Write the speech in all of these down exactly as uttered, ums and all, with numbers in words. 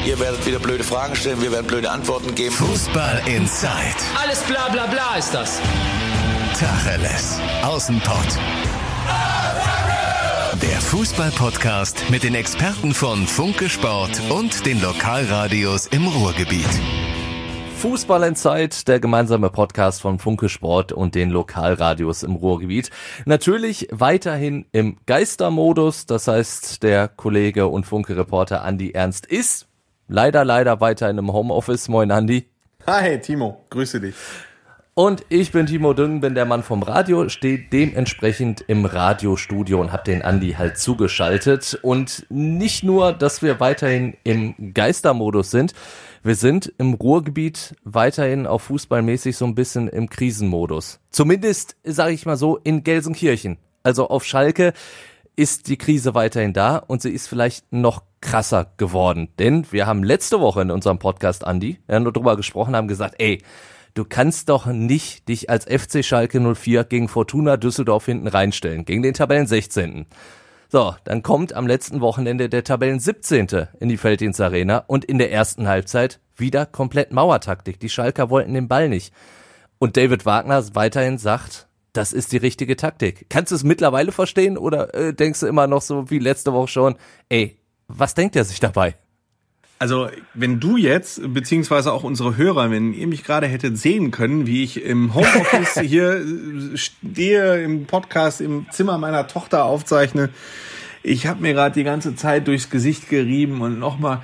Ihr werdet wieder blöde Fragen stellen, wir werden blöde Antworten geben. Fußball Inside. Alles bla bla bla ist das. Tacheles. Außenpott. Der Fußball-Podcast mit den Experten von Funke Sport und den Lokalradios im Ruhrgebiet. Fußball Inside, der gemeinsame Podcast von Funke Sport und den Lokalradios im Ruhrgebiet. Natürlich weiterhin im Geistermodus, das heißt, der Kollege und Funke-Reporter Andi Ernst ist leider, leider weiterhin im Homeoffice. Moin Andi. Hi Timo, grüße dich. Und ich bin Timo Düngen, bin der Mann vom Radio, stehe dementsprechend im Radiostudio und habe den Andi halt zugeschaltet. Und nicht nur, dass wir weiterhin im Geistermodus sind, wir sind im Ruhrgebiet weiterhin auch fußballmäßig so ein bisschen im Krisenmodus. Zumindest, sage ich mal so, in Gelsenkirchen. Also auf Schalke ist die Krise weiterhin da und sie ist vielleicht noch krasser geworden. Denn wir haben letzte Woche in unserem Podcast, Andi, ja, nur drüber gesprochen, haben gesagt, ey, du kannst doch nicht dich als F C Schalke null vier gegen Fortuna Düsseldorf hinten reinstellen, gegen den Tabellen sechzehnten So, dann kommt am letzten Wochenende der Tabellen siebzehnte in die Veltins Arena und in der ersten Halbzeit wieder komplett Mauertaktik. Die Schalker wollten den Ball nicht. Und David Wagner weiterhin sagt, das ist die richtige Taktik. Kannst du es mittlerweile verstehen oder äh, denkst du immer noch so wie letzte Woche schon, ey, was denkt er sich dabei? Also, wenn du jetzt, beziehungsweise auch unsere Hörer, wenn ihr mich gerade hättet sehen können, wie ich im Homeoffice hier stehe, im Podcast, im Zimmer meiner Tochter aufzeichne, ich habe mir gerade die ganze Zeit durchs Gesicht gerieben und nochmal,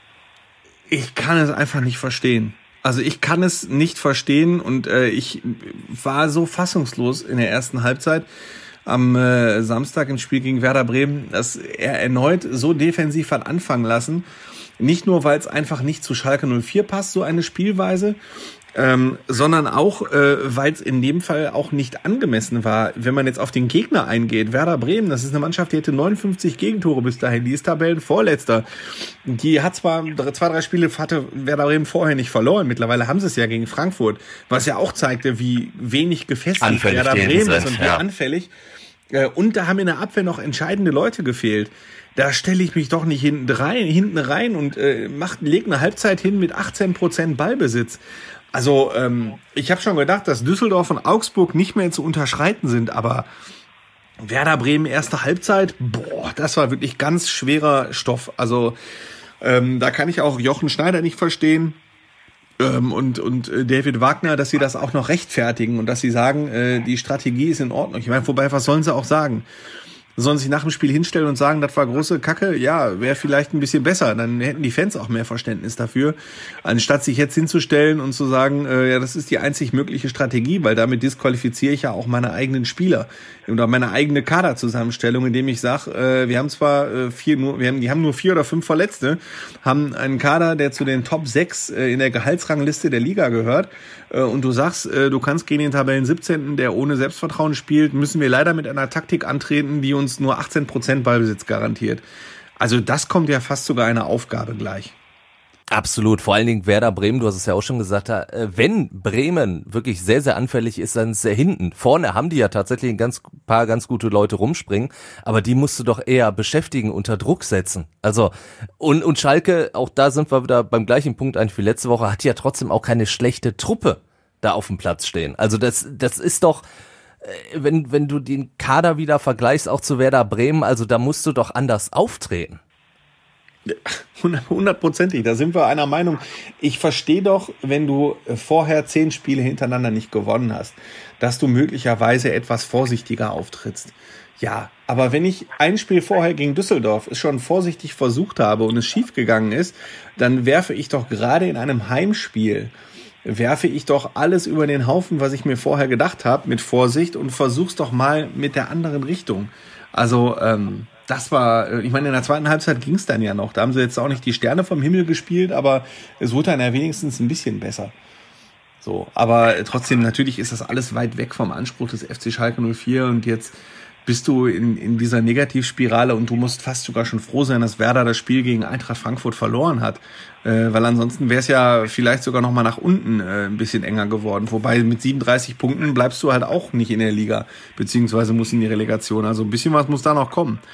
ich kann es einfach nicht verstehen. Also ich kann es nicht verstehen und äh, ich war so fassungslos in der ersten Halbzeit am äh, Samstag im Spiel gegen Werder Bremen, dass er erneut so defensiv hat anfangen lassen. Nicht nur, weil es einfach nicht zu Schalke null vier passt, so eine Spielweise, ähm, sondern auch, äh, weil es in dem Fall auch nicht angemessen war, wenn man jetzt auf den Gegner eingeht. Werder Bremen, das ist eine Mannschaft, die hätte neunundfünfzig Gegentore bis dahin, die ist Tabellenvorletzter. Die hat zwar zwei, drei Spiele, hatte Werder Bremen vorher nicht verloren, mittlerweile haben sie es ja gegen Frankfurt, was ja auch zeigte, wie wenig gefestigt anfällig Werder Bremen sind, ist und wie ja. anfällig. Äh, und da haben in der Abwehr noch entscheidende Leute gefehlt. Da stelle ich mich doch nicht hinten rein, hinten rein und äh, macht, legt eine Halbzeit hin mit achtzehn Prozent Ballbesitz. Also ähm, ich habe schon gedacht, dass Düsseldorf und Augsburg nicht mehr zu unterschreiten sind, aber Werder Bremen erste Halbzeit, boah, das war wirklich ganz schwerer Stoff. Also ähm, da kann ich auch Jochen Schneider nicht verstehen ähm, und und David Wagner, dass sie das auch noch rechtfertigen und dass sie sagen, äh, die Strategie ist in Ordnung. Ich meine, wobei, was sollen sie auch sagen? Sollen sich nach dem Spiel hinstellen und sagen, das war große Kacke, ja, wäre vielleicht ein bisschen besser. Dann hätten die Fans auch mehr Verständnis dafür, anstatt sich jetzt hinzustellen und zu sagen, äh, ja, das ist die einzig mögliche Strategie, weil damit disqualifiziere ich ja auch meine eigenen Spieler oder meine eigene Kaderzusammenstellung, indem ich sage, äh, wir haben zwar äh, vier, nur, wir haben, die haben nur vier oder fünf Verletzte, haben einen Kader, der zu den Top sechs äh, in der Gehaltsrangliste der Liga gehört, äh, und du sagst, äh, du kannst gegen den Tabellen siebzehnten, der ohne Selbstvertrauen spielt, müssen wir leider mit einer Taktik antreten, die uns nur achtzehn Prozent Ballbesitz garantiert. Also das kommt ja fast sogar einer Aufgabe gleich. Absolut, vor allen Dingen Werder Bremen, du hast es ja auch schon gesagt, wenn Bremen wirklich sehr, sehr anfällig ist, dann ist er hinten. Vorne haben die ja tatsächlich ein ganz paar ganz gute Leute rumspringen, aber die musst du doch eher beschäftigen, unter Druck setzen. Also und, und Schalke, auch da sind wir wieder beim gleichen Punkt eigentlich wie letzte Woche, hat ja trotzdem auch keine schlechte Truppe da auf dem Platz stehen. Also das, das ist doch, wenn, wenn du den Kader wieder vergleichst, auch zu Werder Bremen, also da musst du doch anders auftreten. Hundertprozentig, da sind wir einer Meinung. Ich verstehe doch, wenn du vorher zehn Spiele hintereinander nicht gewonnen hast, dass du möglicherweise etwas vorsichtiger auftrittst. Ja, aber wenn ich ein Spiel vorher gegen Düsseldorf es schon vorsichtig versucht habe und es schiefgegangen ist, dann werfe ich doch gerade in einem Heimspiel, werfe ich doch alles über den Haufen, was ich mir vorher gedacht habe, mit Vorsicht und versuch's doch mal mit der anderen Richtung. Also, ähm, das war, ich meine, in der zweiten Halbzeit ging es dann ja noch. Da haben sie jetzt auch nicht die Sterne vom Himmel gespielt, aber es wurde dann ja wenigstens ein bisschen besser. So, aber trotzdem, natürlich ist das alles weit weg vom Anspruch des F C Schalke null vier und jetzt bist du in, in dieser Negativspirale und du musst fast sogar schon froh sein, dass Werder das Spiel gegen Eintracht Frankfurt verloren hat. Äh, weil ansonsten wäre es ja vielleicht sogar noch mal nach unten äh, ein bisschen enger geworden. Wobei mit siebenunddreißig Punkten bleibst du halt auch nicht in der Liga, beziehungsweise musst in die Relegation. Also ein bisschen was muss da noch kommen.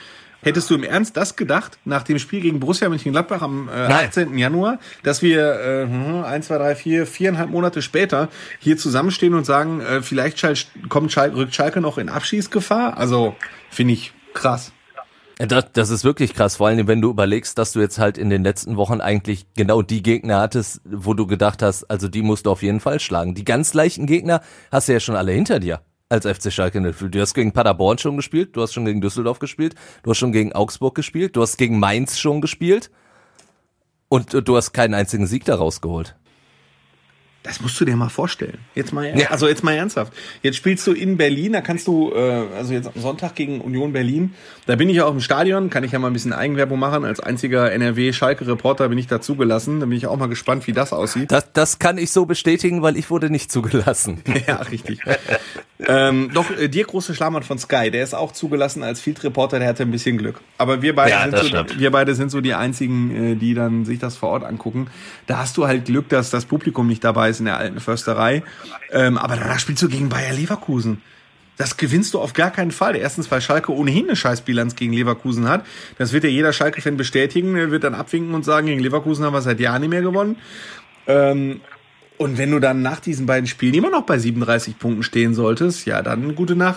Hättest du im Ernst das gedacht, nach dem Spiel gegen Borussia Mönchengladbach am äh, achtzehnten Januar, dass wir äh, eins, zwei, drei, vier, viereinhalb Monate später hier zusammenstehen und sagen, äh, vielleicht Schal- kommt Schalke, rückt Schalke noch in Abschießgefahr? Also, finde ich krass. Das, das ist wirklich krass, vor allem wenn du überlegst, dass du jetzt halt in den letzten Wochen eigentlich genau die Gegner hattest, wo du gedacht hast, also die musst du auf jeden Fall schlagen. Die ganz leichten Gegner hast du ja schon alle hinter dir als F C Schalke. Du hast gegen Paderborn schon gespielt, du hast schon gegen Düsseldorf gespielt, du hast schon gegen Augsburg gespielt, du hast gegen Mainz schon gespielt und du hast keinen einzigen Sieg da rausgeholt. Das musst du dir mal vorstellen. Jetzt mal, ja. Also jetzt mal ernsthaft. Jetzt spielst du in Berlin, da kannst du, äh, also jetzt am Sonntag gegen Union Berlin, da bin ich ja auch im Stadion, kann ich ja mal ein bisschen Eigenwerbung machen. Als einziger N R W-Schalke-Reporter bin ich da zugelassen. Da bin ich auch mal gespannt, wie das aussieht. Das, das kann ich so bestätigen, weil ich wurde nicht zugelassen. Ja, richtig. ähm, doch, äh, dir große Schlamann von Sky, der ist auch zugelassen als Field-Reporter, der hatte ein bisschen Glück. Aber wir beide, ja, sind, so, wir beide sind so die einzigen, äh, die dann sich das vor Ort angucken. Da hast du halt Glück, dass das Publikum nicht dabei ist in der alten Försterei. Ähm, aber danach spielst du gegen Bayer Leverkusen. Das gewinnst du auf gar keinen Fall. Erstens, weil Schalke ohnehin eine Scheißbilanz gegen Leverkusen hat. Das wird ja jeder Schalke-Fan bestätigen. Er wird dann abwinken und sagen, gegen Leverkusen haben wir seit Jahren nicht mehr gewonnen. Ähm, und wenn du dann nach diesen beiden Spielen immer noch bei siebenunddreißig Punkten stehen solltest, ja, dann gute Nacht.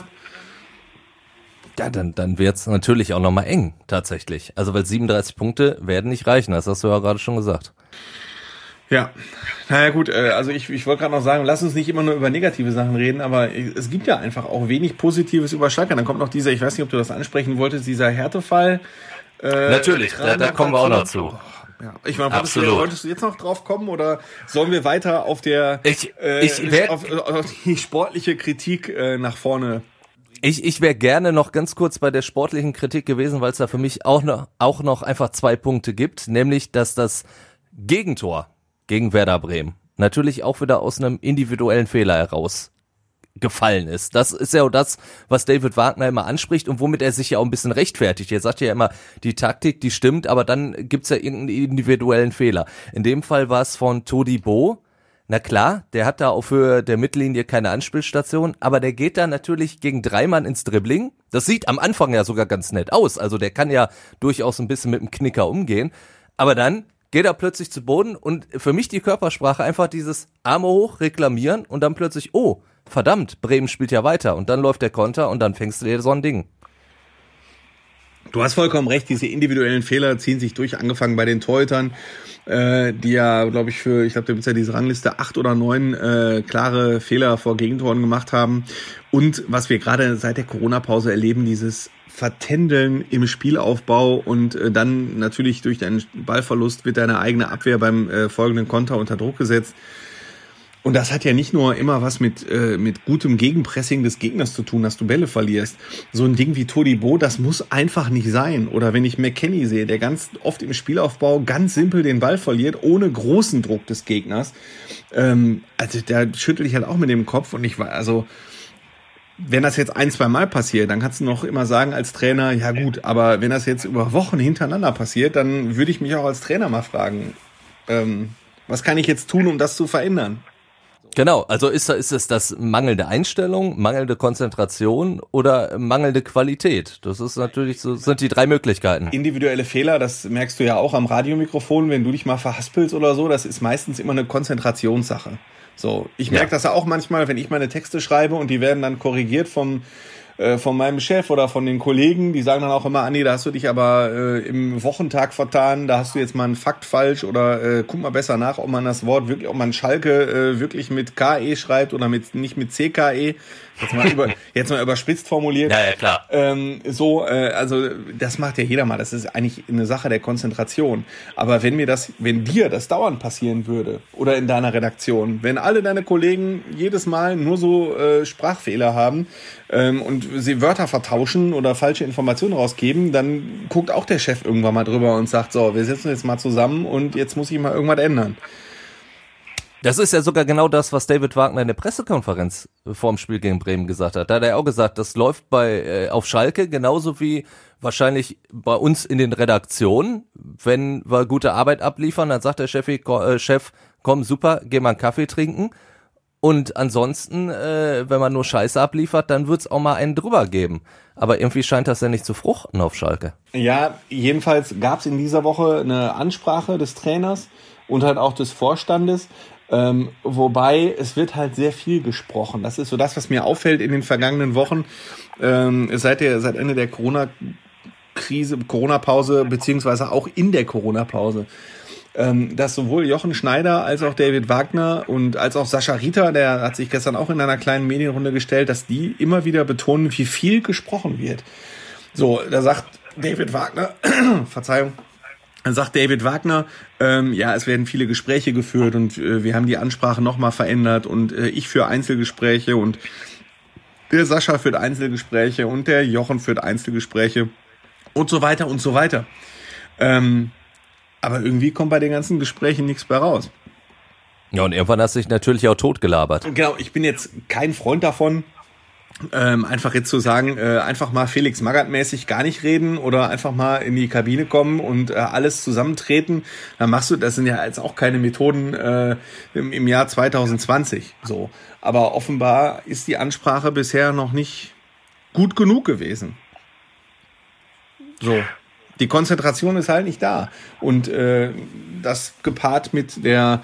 Ja, dann, dann wird's natürlich auch nochmal eng, tatsächlich. Also, weil siebenunddreißig Punkte werden nicht reichen, das hast du ja gerade schon gesagt. Ja, naja gut, also ich, ich wollte gerade noch sagen, lass uns nicht immer nur über negative Sachen reden, aber es gibt ja einfach auch wenig Positives über Schalke. Dann kommt noch dieser, ich weiß nicht, ob du das ansprechen wolltest, dieser Härtefall. Äh, Natürlich, da, da kommen wir auch noch zu. Ja, ich meine, wolltest du, wolltest du jetzt noch drauf kommen oder sollen wir weiter auf der ich, äh, ich werd, auf, auf die sportliche Kritik äh, nach vorne? Ich, ich wäre gerne noch ganz kurz bei der sportlichen Kritik gewesen, weil es da für mich auch noch, auch noch einfach zwei Punkte gibt, nämlich, dass das Gegentor gegen Werder Bremen natürlich auch wieder aus einem individuellen Fehler heraus gefallen ist. Das ist ja auch das, was David Wagner immer anspricht und womit er sich ja auch ein bisschen rechtfertigt. Er sagt ja immer, die Taktik, die stimmt, aber dann gibt's ja irgendeinen individuellen Fehler. In dem Fall war es von Todibo. Na klar, der hat da auf Höhe der Mittellinie keine Anspielstation, aber der geht da natürlich gegen drei Mann ins Dribbling. Das sieht am Anfang ja sogar ganz nett aus. Also der kann ja durchaus ein bisschen mit dem Knicker umgehen. Aber dann geht er plötzlich zu Boden und für mich die Körpersprache einfach dieses Arme hoch, reklamieren und dann plötzlich, oh, verdammt, Bremen spielt ja weiter und dann läuft der Konter und dann fängst du dir so ein Ding. Du hast vollkommen recht, diese individuellen Fehler ziehen sich durch, angefangen bei den Torhütern, äh, die ja, glaube ich, für, ich glaube, da gibt es ja diese Rangliste, acht oder neun äh, klare Fehler vor Gegentoren gemacht haben. Und was wir gerade seit der Corona-Pause erleben, dieses Vertändeln im Spielaufbau und äh, dann natürlich durch deinen Ballverlust wird deine eigene Abwehr beim äh, folgenden Konter unter Druck gesetzt. Und das hat ja nicht nur immer was mit äh, mit gutem Gegenpressing des Gegners zu tun, dass du Bälle verlierst. So ein Ding wie Todibo, das muss einfach nicht sein. Oder wenn ich McKennie sehe, der ganz oft im Spielaufbau ganz simpel den Ball verliert, ohne großen Druck des Gegners. Ähm, also da schüttel ich halt auch mit dem Kopf und ich war, also wenn das jetzt ein, zwei Mal passiert, dann kannst du noch immer sagen als Trainer, ja gut, aber wenn das jetzt über Wochen hintereinander passiert, dann würde ich mich auch als Trainer mal fragen, ähm, was kann ich jetzt tun, um das zu verändern? Genau, also ist, ist es das mangelnde Einstellung, mangelnde Konzentration oder mangelnde Qualität? Das ist natürlich so, sind die drei Möglichkeiten. Individuelle Fehler, das merkst du ja auch am Radiomikrofon, wenn du dich mal verhaspelst oder so, das ist meistens immer eine Konzentrationssache. So, ich merke ja. das ja auch manchmal, wenn ich meine Texte schreibe und die werden dann korrigiert vom äh, von meinem Chef oder von den Kollegen, die sagen dann auch immer, Andi, da hast du dich aber äh, im Wochentag vertan, da hast du jetzt mal einen Fakt falsch oder äh, guck mal besser nach, ob man das Wort wirklich, ob man Schalke äh, wirklich mit K E schreibt oder mit nicht mit C K E. Jetzt mal, über, jetzt mal überspitzt formuliert. Ja, ja, klar. Ähm, so, äh, also das macht ja jeder mal. Das ist eigentlich eine Sache der Konzentration. Aber wenn mir das, wenn dir das dauernd passieren würde oder in deiner Redaktion, wenn alle deine Kollegen jedes Mal nur so äh, Sprachfehler haben ähm, und sie Wörter vertauschen oder falsche Informationen rausgeben, dann guckt auch der Chef irgendwann mal drüber und sagt, so, wir sitzen jetzt mal zusammen und jetzt muss ich mal irgendwas ändern. Das ist ja sogar genau das, was David Wagner in der Pressekonferenz vor dem Spiel gegen Bremen gesagt hat. Da hat er auch gesagt, das läuft bei äh, auf Schalke genauso wie wahrscheinlich bei uns in den Redaktionen. Wenn wir gute Arbeit abliefern, dann sagt der Chef, äh, Chef, komm, super, geh mal einen Kaffee trinken. Und ansonsten, äh, wenn man nur Scheiße abliefert, dann wird's auch mal einen drüber geben. Aber irgendwie scheint das ja nicht zu fruchten auf Schalke. Ja, jedenfalls gab's in dieser Woche eine Ansprache des Trainers und halt auch des Vorstandes. Ähm, wobei es wird halt sehr viel gesprochen. Das ist so das, was mir auffällt in den vergangenen Wochen. Ähm, seit der, seit Ende der Corona-Krise, Corona-Pause, beziehungsweise auch in der Corona-Pause. Dass sowohl Jochen Schneider als auch David Wagner und als auch Sascha Rita, der hat sich gestern auch in einer kleinen Medienrunde gestellt, dass die immer wieder betonen, wie viel gesprochen wird. So, da sagt David Wagner, Verzeihung, dann sagt David Wagner, ähm, ja, es werden viele Gespräche geführt und äh, wir haben die Ansprache nochmal verändert und äh, ich führe Einzelgespräche und der Sascha führt Einzelgespräche und der Jochen führt Einzelgespräche und so weiter und so weiter. Ähm, Aber irgendwie kommt bei den ganzen Gesprächen nichts bei raus. Ja, und irgendwann hast du dich natürlich auch totgelabert. Genau, ich bin jetzt kein Freund davon, ähm, einfach jetzt zu sagen, äh, einfach mal Felix Magath-mäßig gar nicht reden oder einfach mal in die Kabine kommen und äh, alles zusammentreten. Dann machst du, das sind ja jetzt auch keine Methoden äh, im, im Jahr zwanzig zwanzig. So. Aber offenbar ist die Ansprache bisher noch nicht gut genug gewesen. So. Die Konzentration ist halt nicht da. Und äh, das gepaart mit der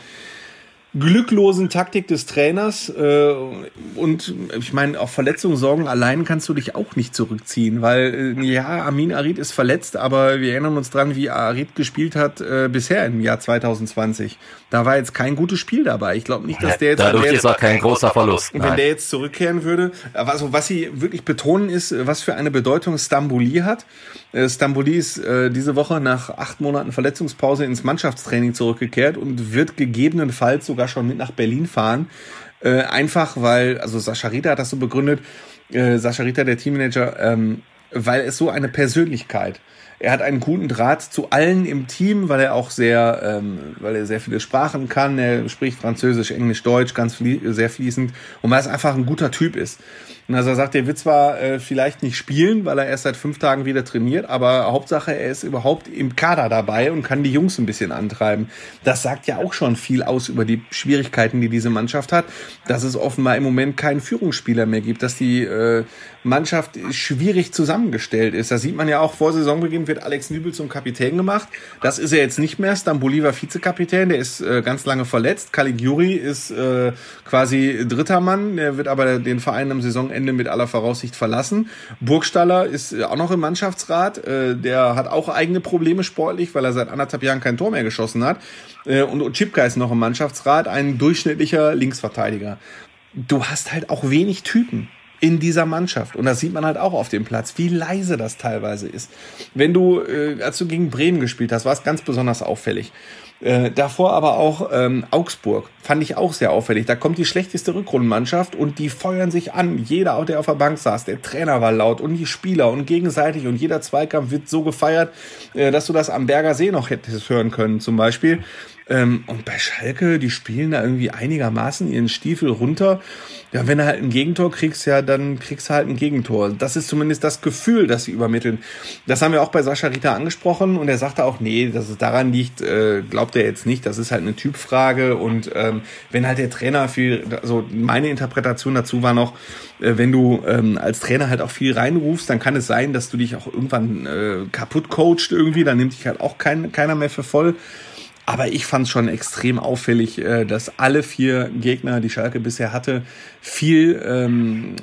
glücklosen Taktik des Trainers äh, und ich meine, auf Verletzungen sorgen allein kannst du dich auch nicht zurückziehen, weil äh, ja, Amin Arid ist verletzt, aber wir erinnern uns dran, wie Arid gespielt hat äh, bisher im Jahr zwanzig zwanzig. Da war jetzt kein gutes Spiel dabei. Ich glaube nicht, dass der jetzt... Dadurch der ist auch kein großer Verlust. Wenn der jetzt zurückkehren würde. Also was sie wirklich betonen ist, was für eine Bedeutung Stambouli hat. Stambouli ist äh, diese Woche nach acht Monaten Verletzungspause ins Mannschaftstraining zurückgekehrt und wird gegebenenfalls sogar schon mit nach Berlin fahren. Äh, einfach weil, also Sascha Rita hat das so begründet, äh, Sascha Rita, der Teammanager, ähm, weil es so eine Persönlichkeit. Er hat einen guten Draht zu allen im Team, weil er auch sehr, ähm, weil er sehr viele Sprachen kann. Er spricht Französisch, Englisch, Deutsch, ganz flie- sehr fließend und weil es einfach ein guter Typ ist. Und also er sagt, er wird zwar äh, vielleicht nicht spielen, weil er erst seit fünf Tagen wieder trainiert, aber Hauptsache, er ist überhaupt im Kader dabei und kann die Jungs ein bisschen antreiben. Das sagt ja auch schon viel aus über die Schwierigkeiten, die diese Mannschaft hat, dass es offenbar im Moment keinen Führungsspieler mehr gibt, dass die äh, Mannschaft schwierig zusammengestellt ist. Das sieht man ja auch, vor Saisonbeginn wird Alex Nübel zum Kapitän gemacht. Das ist er jetzt nicht mehr. Stambouli war Vizekapitän, der ist äh, ganz lange verletzt. Caligiuri ist äh, quasi dritter Mann, der wird aber den Verein am Saisonende mit aller Voraussicht verlassen. Burgstaller ist auch noch im Mannschaftsrat. Äh, der hat auch eigene Probleme sportlich, weil er seit anderthalb Jahren kein Tor mehr geschossen hat. Äh, und Otschipka ist noch im Mannschaftsrat, ein durchschnittlicher Linksverteidiger. Du hast halt auch wenig Typen in dieser Mannschaft. Und das sieht man halt auch auf dem Platz, wie leise das teilweise ist. Wenn du, äh, als du gegen Bremen gespielt hast, war es ganz besonders auffällig. Äh, davor aber auch ähm, Augsburg, fand ich auch sehr auffällig. Da kommt die schlechteste Rückrundenmannschaft und die feuern sich an. Jeder, der auf der Bank saß, der Trainer war laut und die Spieler und gegenseitig und jeder Zweikampf wird so gefeiert, äh, dass du das am Berger See noch hättest hören können zum Beispiel. Ähm, und bei Schalke, die spielen da irgendwie einigermaßen ihren Stiefel runter. Ja, wenn du halt ein Gegentor kriegst, ja, dann kriegst du halt ein Gegentor. Das ist zumindest das Gefühl, das sie übermitteln. Das haben wir auch bei Sascha Rita angesprochen und er sagte auch, nee, dass es daran liegt, äh, glaubt er jetzt nicht. Das ist halt eine Typfrage und ähm, wenn halt der Trainer viel, also meine Interpretation dazu war noch, äh, wenn du ähm, als Trainer halt auch viel reinrufst, dann kann es sein, dass du dich auch irgendwann äh, kaputt coacht irgendwie, dann nimmt dich halt auch kein, keiner mehr für voll. Aber ich fand es schon extrem auffällig, dass alle vier Gegner, die Schalke bisher hatte, viel, ähm,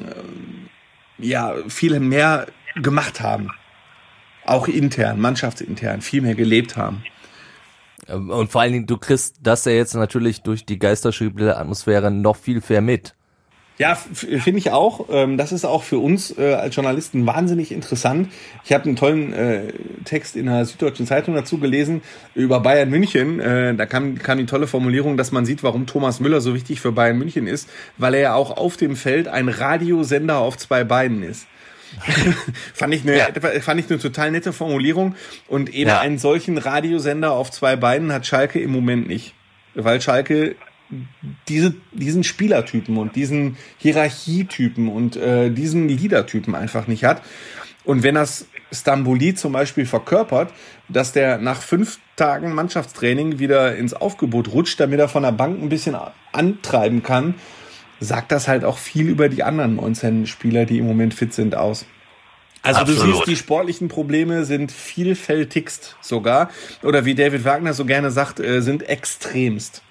ja, viel mehr gemacht haben. Auch intern, mannschaftsintern, viel mehr gelebt haben. Und vor allen Dingen, du kriegst das ja jetzt natürlich durch die Geisterspiele-Atmosphäre noch viel mehr mit. Ja, finde ich auch. Das ist auch für uns als Journalisten wahnsinnig interessant. Ich habe einen tollen Text in der Süddeutschen Zeitung dazu gelesen über Bayern München. Da kam, kam die tolle Formulierung, dass man sieht, warum Thomas Müller so wichtig für Bayern München ist, weil er ja auch auf dem Feld ein Radiosender auf zwei Beinen ist. fand ich eine, ja. fand ich eine total nette Formulierung. Und eben ja. einen solchen Radiosender auf zwei Beinen hat Schalke im Moment nicht. Weil Schalke diese, diesen Spielertypen und diesen Hierarchietypen und äh, diesen Leadertypen einfach nicht hat. Und wenn das Stambouli zum Beispiel verkörpert, dass der nach fünf Tagen Mannschaftstraining wieder ins Aufgebot rutscht, damit er von der Bank ein bisschen antreiben kann, sagt das halt auch viel über die anderen neunzehn Spieler, die im Moment fit sind, aus. Also Absolut. Du siehst, die sportlichen Probleme sind vielfältigst sogar. Oder wie David Wagner so gerne sagt, äh, sind extremst.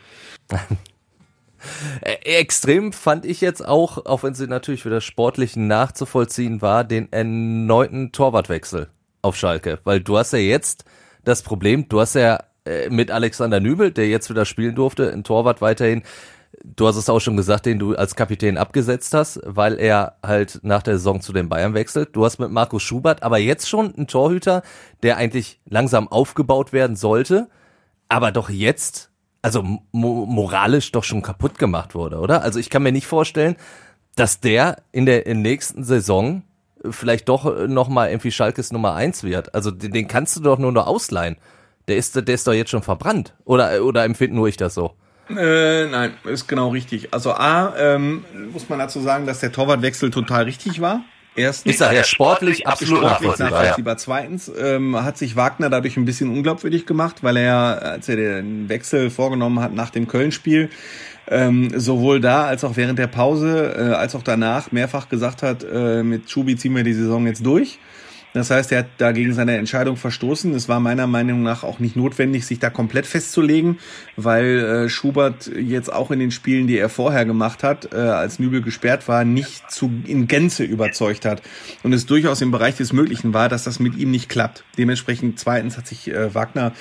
Extrem fand ich jetzt auch, auch wenn sie natürlich für das Sportliche nachzuvollziehen war, den erneuten Torwartwechsel auf Schalke. Weil du hast ja jetzt das Problem, du hast ja äh, mit Alexander Nübel, der jetzt wieder spielen durfte, ein Torwart weiterhin, du hast es auch schon gesagt, den du als Kapitän abgesetzt hast, weil er halt nach der Saison zu den Bayern wechselt. Du hast mit Markus Schubert aber jetzt schon einen Torhüter, der eigentlich langsam aufgebaut werden sollte, aber doch jetzt, also mo- moralisch doch schon kaputt gemacht wurde, oder? Also ich kann mir nicht vorstellen, dass der in der in der nächsten Saison vielleicht doch nochmal irgendwie Schalkes Nummer eins wird. Also den, den kannst du doch nur noch ausleihen. Der ist, der ist doch jetzt schon verbrannt. Oder, oder empfinde nur ich das so? Äh, nein, ist genau richtig. Also A, ähm, muss man dazu sagen, dass der Torwartwechsel total richtig war. Erstens. Ist er ja sportlich absolut sportlich nachvollziehbar. nachvollziehbar. Ja. Zweitens ähm, hat sich Wagner dadurch ein bisschen unglaubwürdig gemacht, weil er, als er den Wechsel vorgenommen hat nach dem Köln-Spiel, ähm, sowohl da als auch während der Pause, äh, als auch danach mehrfach gesagt hat, äh, mit Schubi ziehen wir die Saison jetzt durch. Das heißt, er hat da gegen seine Entscheidung verstoßen. Es war meiner Meinung nach auch nicht notwendig, sich da komplett festzulegen, weil äh, Schubert jetzt auch in den Spielen, die er vorher gemacht hat, äh, als Nübel gesperrt war, nicht zu in Gänze überzeugt hat. Und es durchaus im Bereich des Möglichen war, dass das mit ihm nicht klappt. Dementsprechend zweitens hat sich äh, Wagner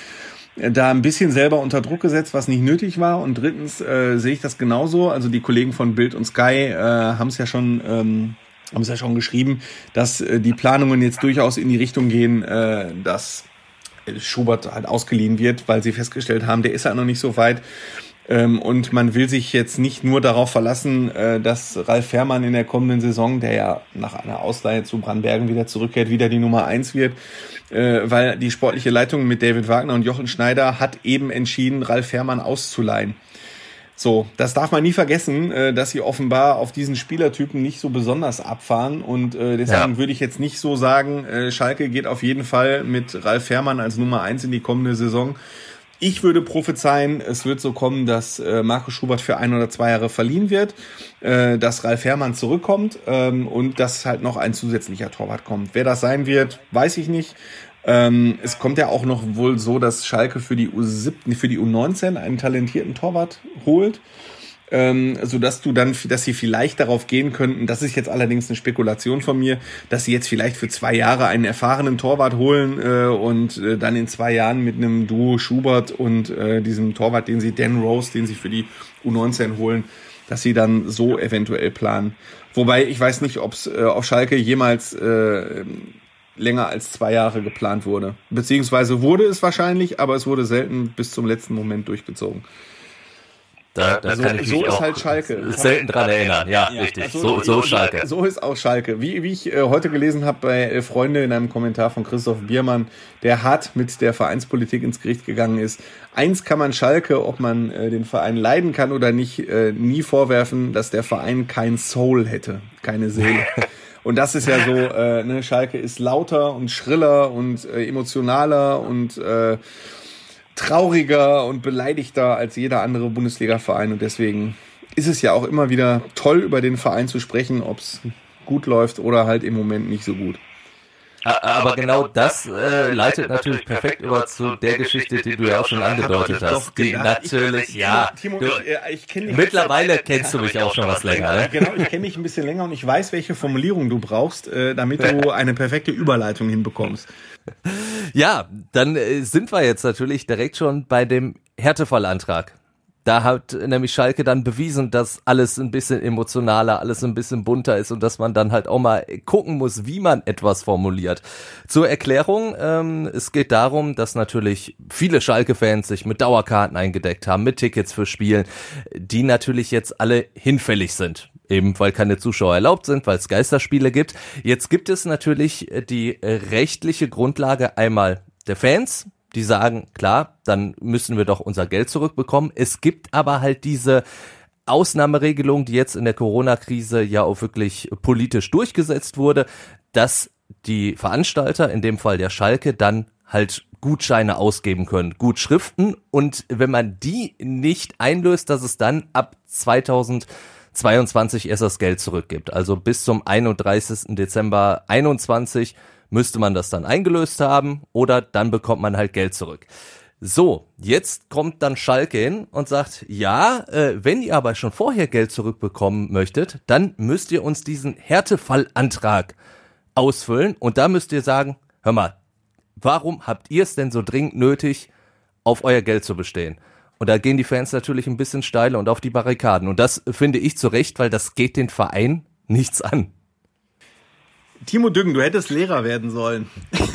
da ein bisschen selber unter Druck gesetzt, was nicht nötig war. Und drittens äh, sehe ich das genauso. Also die Kollegen von Bild und Sky äh, haben es ja schon... Ähm, haben es ja schon geschrieben, dass äh, die Planungen jetzt durchaus in die Richtung gehen, äh, dass Schubert halt ausgeliehen wird, weil sie festgestellt haben, der ist halt noch nicht so weit. Ähm, und man will sich jetzt nicht nur darauf verlassen, äh, dass Ralf Fährmann in der kommenden Saison, der ja nach einer Ausleihe zu Brandbergen wieder zurückkehrt, wieder die Nummer eins wird, äh, weil die sportliche Leitung mit David Wagner und Jochen Schneider hat eben entschieden, Ralf Fährmann auszuleihen. So, das darf man nie vergessen, äh, dass sie offenbar auf diesen Spielertypen nicht so besonders abfahren und äh, deswegen ja. würde ich jetzt nicht so sagen, äh, Schalke geht auf jeden Fall mit Ralf Fährmann als Nummer eins in die kommende Saison. Ich würde prophezeien, es wird so kommen, dass äh, Markus Schubert für ein oder zwei Jahre verliehen wird, äh, dass Ralf Fährmann zurückkommt ähm, und dass halt noch ein zusätzlicher Torwart kommt. Wer das sein wird, weiß ich nicht. Ähm, es kommt ja auch noch wohl so, dass Schalke für die U siebzehn, für die U neunzehn einen talentierten Torwart holt, ähm, sodass du dann, dass sie vielleicht darauf gehen könnten, das ist jetzt allerdings eine Spekulation von mir, dass sie jetzt vielleicht für zwei Jahre einen erfahrenen Torwart holen äh, und äh, dann in zwei Jahren mit einem Duo Schubert und äh, diesem Torwart, den sie Dan Rose, den sie für die U neunzehn holen, dass sie dann so eventuell planen. Wobei ich weiß nicht, ob es äh, auf Schalke jemals äh, länger als zwei Jahre geplant wurde. Beziehungsweise wurde es wahrscheinlich, aber es wurde selten bis zum letzten Moment durchgezogen. Da, da also, kann ich so mich ist auch halt Schalke. selten dran erinnern. Ja, ja richtig. Also, so, so Schalke. So ist auch Schalke. Wie, wie ich äh, heute gelesen habe bei äh, Freunde in einem Kommentar von Christoph Biermann, der hart mit der Vereinspolitik ins Gericht gegangen ist. Eins kann man Schalke, ob man äh, den Verein leiden kann oder nicht, äh, nie vorwerfen, dass der Verein kein Soul hätte, keine Seele. Und das ist ja so, äh, ne, Schalke ist lauter und schriller und äh, emotionaler und äh, trauriger und beleidigter als jeder andere Bundesliga-Verein. Und deswegen ist es ja auch immer wieder toll, über den Verein zu sprechen, ob es gut läuft oder halt im Moment nicht so gut. Aber genau das äh, leitet natürlich perfekt über zu der Geschichte, die du ja auch schon angedeutet hast. Die natürlich, ja. Timo, du, ich kenn dich mittlerweile kennst du mich auch schon was länger, ne? Genau, ich kenne dich ein bisschen länger und ich weiß, welche Formulierung du brauchst, äh, damit du eine perfekte Überleitung hinbekommst. Ja, dann äh, sind wir jetzt natürlich direkt schon bei dem Härtefallantrag. Da hat nämlich Schalke dann bewiesen, dass alles ein bisschen emotionaler, alles ein bisschen bunter ist und dass man dann halt auch mal gucken muss, wie man etwas formuliert. Zur Erklärung, ähm, es geht darum, dass natürlich viele Schalke-Fans sich mit Dauerkarten eingedeckt haben, mit Tickets für Spielen, die natürlich jetzt alle hinfällig sind. Eben weil keine Zuschauer erlaubt sind, weil es Geisterspiele gibt. Jetzt gibt es natürlich die rechtliche Grundlage einmal der Fans, die sagen, klar, dann müssen wir doch unser Geld zurückbekommen. Es gibt aber halt diese Ausnahmeregelung, die jetzt in der Corona-Krise ja auch wirklich politisch durchgesetzt wurde, dass die Veranstalter, in dem Fall der Schalke, dann halt Gutscheine ausgeben können, Gutschriften. Und wenn man die nicht einlöst, dass es dann ab zweitausend zweiundzwanzig erst das Geld zurückgibt. Also bis zum einunddreißigsten Dezember einundzwanzig müsste man das dann eingelöst haben oder dann bekommt man halt Geld zurück. So, jetzt kommt dann Schalke hin und sagt, ja, äh, wenn ihr aber schon vorher Geld zurückbekommen möchtet, dann müsst ihr uns diesen Härtefallantrag ausfüllen und da müsst ihr sagen, hör mal, warum habt ihr es denn so dringend nötig, auf euer Geld zu bestehen? Und da gehen die Fans natürlich ein bisschen steil und auf die Barrikaden und das finde ich zu Recht, weil das geht den Verein nichts an. Timo Düngen, du hättest Lehrer werden sollen.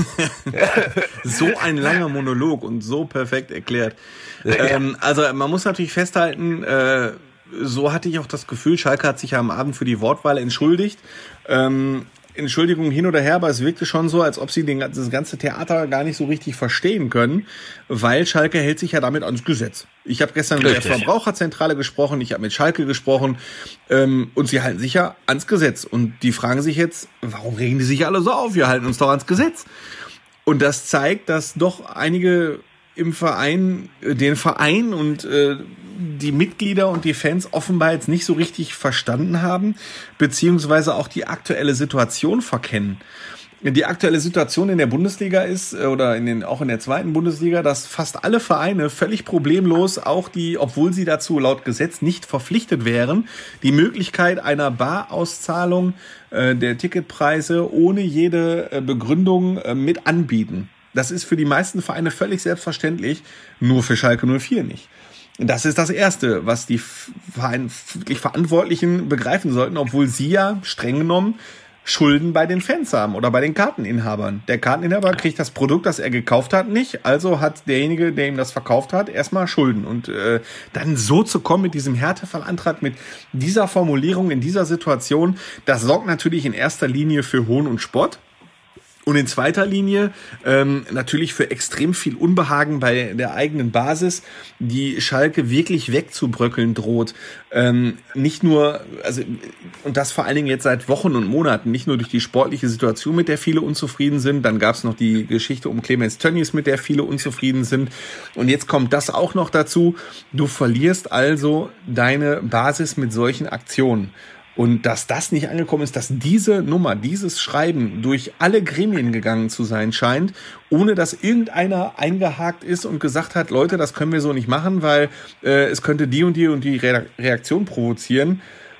So ein langer Monolog und so perfekt erklärt. Ähm, also man muss natürlich festhalten, äh, so hatte ich auch das Gefühl, Schalke hat sich ja am Abend für die Wortwahl entschuldigt. Ähm, Entschuldigung hin oder her, aber es wirkte schon so, als ob sie den, das ganze Theater gar nicht so richtig verstehen können, weil Schalke hält sich ja damit ans Gesetz. Ich habe gestern Richtig. mit der Verbraucherzentrale gesprochen, ich habe mit Schalke gesprochen ähm, und sie halten sich ja ans Gesetz. Und die fragen sich jetzt, warum regen die sich alle so auf? Wir halten uns doch ans Gesetz. Und das zeigt, dass doch einige im Verein, den Verein und äh, die Mitglieder und die Fans offenbar jetzt nicht so richtig verstanden haben, beziehungsweise auch die aktuelle Situation verkennen. Die aktuelle Situation in der Bundesliga ist, oder in den, auch in der zweiten Bundesliga, dass fast alle Vereine völlig problemlos, auch die, obwohl sie dazu laut Gesetz nicht verpflichtet wären, die Möglichkeit einer Barauszahlung äh, der Ticketpreise ohne jede äh, Begründung äh, mit anbieten. Das ist für die meisten Vereine völlig selbstverständlich, nur für Schalke null vier nicht. Das ist das Erste, was die Verein, wirklich Verantwortlichen begreifen sollten, obwohl sie ja streng genommen Schulden bei den Fans haben oder bei den Karteninhabern. Der Karteninhaber kriegt das Produkt, das er gekauft hat, nicht. Also hat derjenige, der ihm das verkauft hat, erstmal Schulden. Und äh, dann so zu kommen mit diesem Härtefallantrag, mit dieser Formulierung in dieser Situation, das sorgt natürlich in erster Linie für Hohn und Spott. Und in zweiter Linie ähm, natürlich für extrem viel Unbehagen bei der eigenen Basis, die Schalke wirklich wegzubröckeln droht. Ähm, nicht nur, also und das vor allen Dingen jetzt seit Wochen und Monaten, nicht nur durch die sportliche Situation, mit der viele unzufrieden sind, dann gab es noch die Geschichte um Clemens Tönnies, mit der viele unzufrieden sind. Und jetzt kommt das auch noch dazu. Du verlierst also deine Basis mit solchen Aktionen. Und dass das nicht angekommen ist, dass diese Nummer, dieses Schreiben durch alle Gremien gegangen zu sein scheint, ohne dass irgendeiner eingehakt ist und gesagt hat, Leute, das können wir so nicht machen, weil äh, es könnte die und die und die Re- Reaktion provozieren.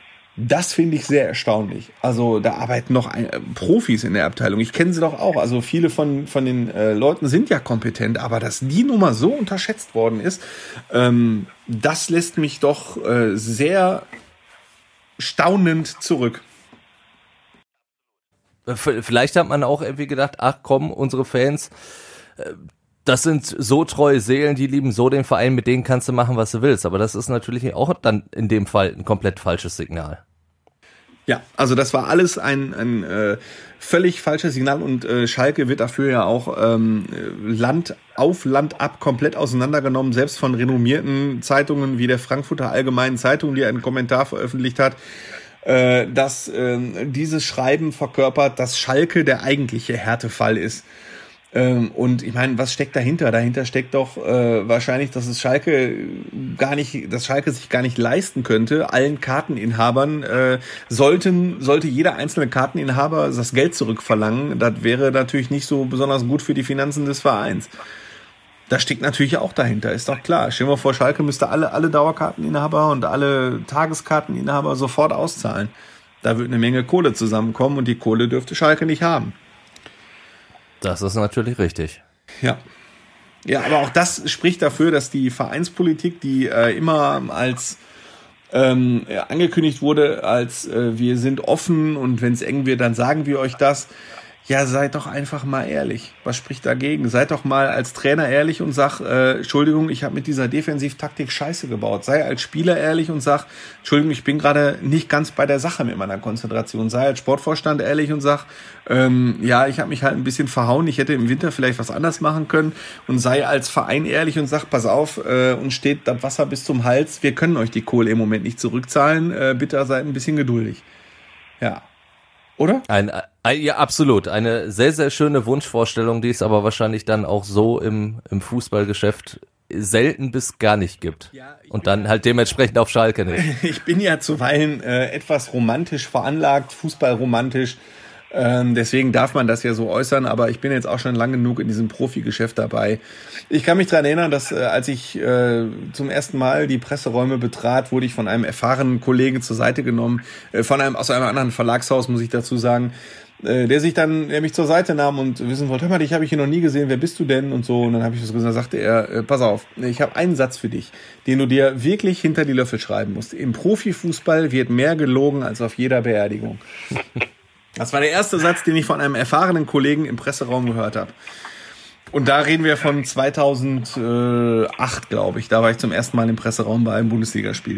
Das finde ich sehr erstaunlich. Also da arbeiten noch ein, äh, Profis in der Abteilung. Ich kenne sie doch auch. Also viele von von den äh, Leuten sind ja kompetent, aber dass die Nummer so unterschätzt worden ist, ähm, das lässt mich doch äh, sehr staunend zurück. Vielleicht hat man auch irgendwie gedacht, ach komm, unsere Fans, das sind so treue Seelen, die lieben so den Verein, mit denen kannst du machen, was du willst. Aber das ist natürlich auch dann in dem Fall ein komplett falsches Signal. Ja, also das war alles ein, ein äh, völlig falsches Signal und äh, Schalke wird dafür ja auch ähm, Land auf Land ab komplett auseinandergenommen, selbst von renommierten Zeitungen wie der Frankfurter Allgemeinen Zeitung, die einen Kommentar veröffentlicht hat, äh, dass äh, dieses Schreiben verkörpert, dass Schalke der eigentliche Härtefall ist. Ähm, und ich meine, was steckt dahinter? Dahinter steckt doch äh, wahrscheinlich, dass es Schalke gar nicht, dass Schalke sich gar nicht leisten könnte. Allen Karteninhabern äh, sollten, sollte jeder einzelne Karteninhaber das Geld zurückverlangen. Das wäre natürlich nicht so besonders gut für die Finanzen des Vereins. Das steckt natürlich auch dahinter, ist doch klar. Stell dir mal vor, Schalke müsste alle, alle Dauerkarteninhaber und alle Tageskarteninhaber sofort auszahlen. Da wird eine Menge Kohle zusammenkommen und die Kohle dürfte Schalke nicht haben. Das ist natürlich richtig. Ja. Ja, aber auch das spricht dafür, dass die Vereinspolitik, die äh, immer als ähm, angekündigt wurde, als äh, wir sind offen und wenn es eng wird, dann sagen wir euch das. Ja, seid doch einfach mal ehrlich. Was spricht dagegen? Seid doch mal als Trainer ehrlich und sag, äh, Entschuldigung, ich habe mit dieser Defensivtaktik Scheiße gebaut. Sei als Spieler ehrlich und sag, Entschuldigung, ich bin gerade nicht ganz bei der Sache mit meiner Konzentration. Sei als Sportvorstand ehrlich und sag, ähm, ja, ich habe mich halt ein bisschen verhauen, ich hätte im Winter vielleicht was anders machen können. Und sei als Verein ehrlich und sag, pass auf, äh, uns steht das Wasser bis zum Hals, wir können euch die Kohle im Moment nicht zurückzahlen, äh, bitte seid ein bisschen geduldig. Ja. Oder? Ein, ein, ja, absolut. Eine sehr, sehr schöne Wunschvorstellung, die es aber wahrscheinlich dann auch so im, im Fußballgeschäft selten bis gar nicht gibt. Und dann halt dementsprechend auf Schalke nicht. Ich bin ja zuweilen äh, etwas romantisch veranlagt, fußballromantisch. Ähm, deswegen darf man das ja so äußern, aber ich bin jetzt auch schon lang genug in diesem Profigeschäft dabei. Ich kann mich daran erinnern, dass äh, als ich äh, zum ersten Mal die Presseräume betrat, wurde ich von einem erfahrenen Kollegen zur Seite genommen, äh, von einem aus einem anderen Verlagshaus, muss ich dazu sagen, äh, der sich dann, der mich zur Seite nahm und wissen wollte, hör mal, dich habe ich hier noch nie gesehen, wer bist du denn und so. Und dann habe ich das gesagt, sagte er, äh, pass auf, ich habe einen Satz für dich, den du dir wirklich hinter die Löffel schreiben musst. Im Profifußball wird mehr gelogen als auf jeder Beerdigung. Das war der erste Satz, den ich von einem erfahrenen Kollegen im Presseraum gehört habe. Und da reden wir von zweitausendacht, glaube ich. Da war ich zum ersten Mal im Presseraum bei einem Bundesligaspiel.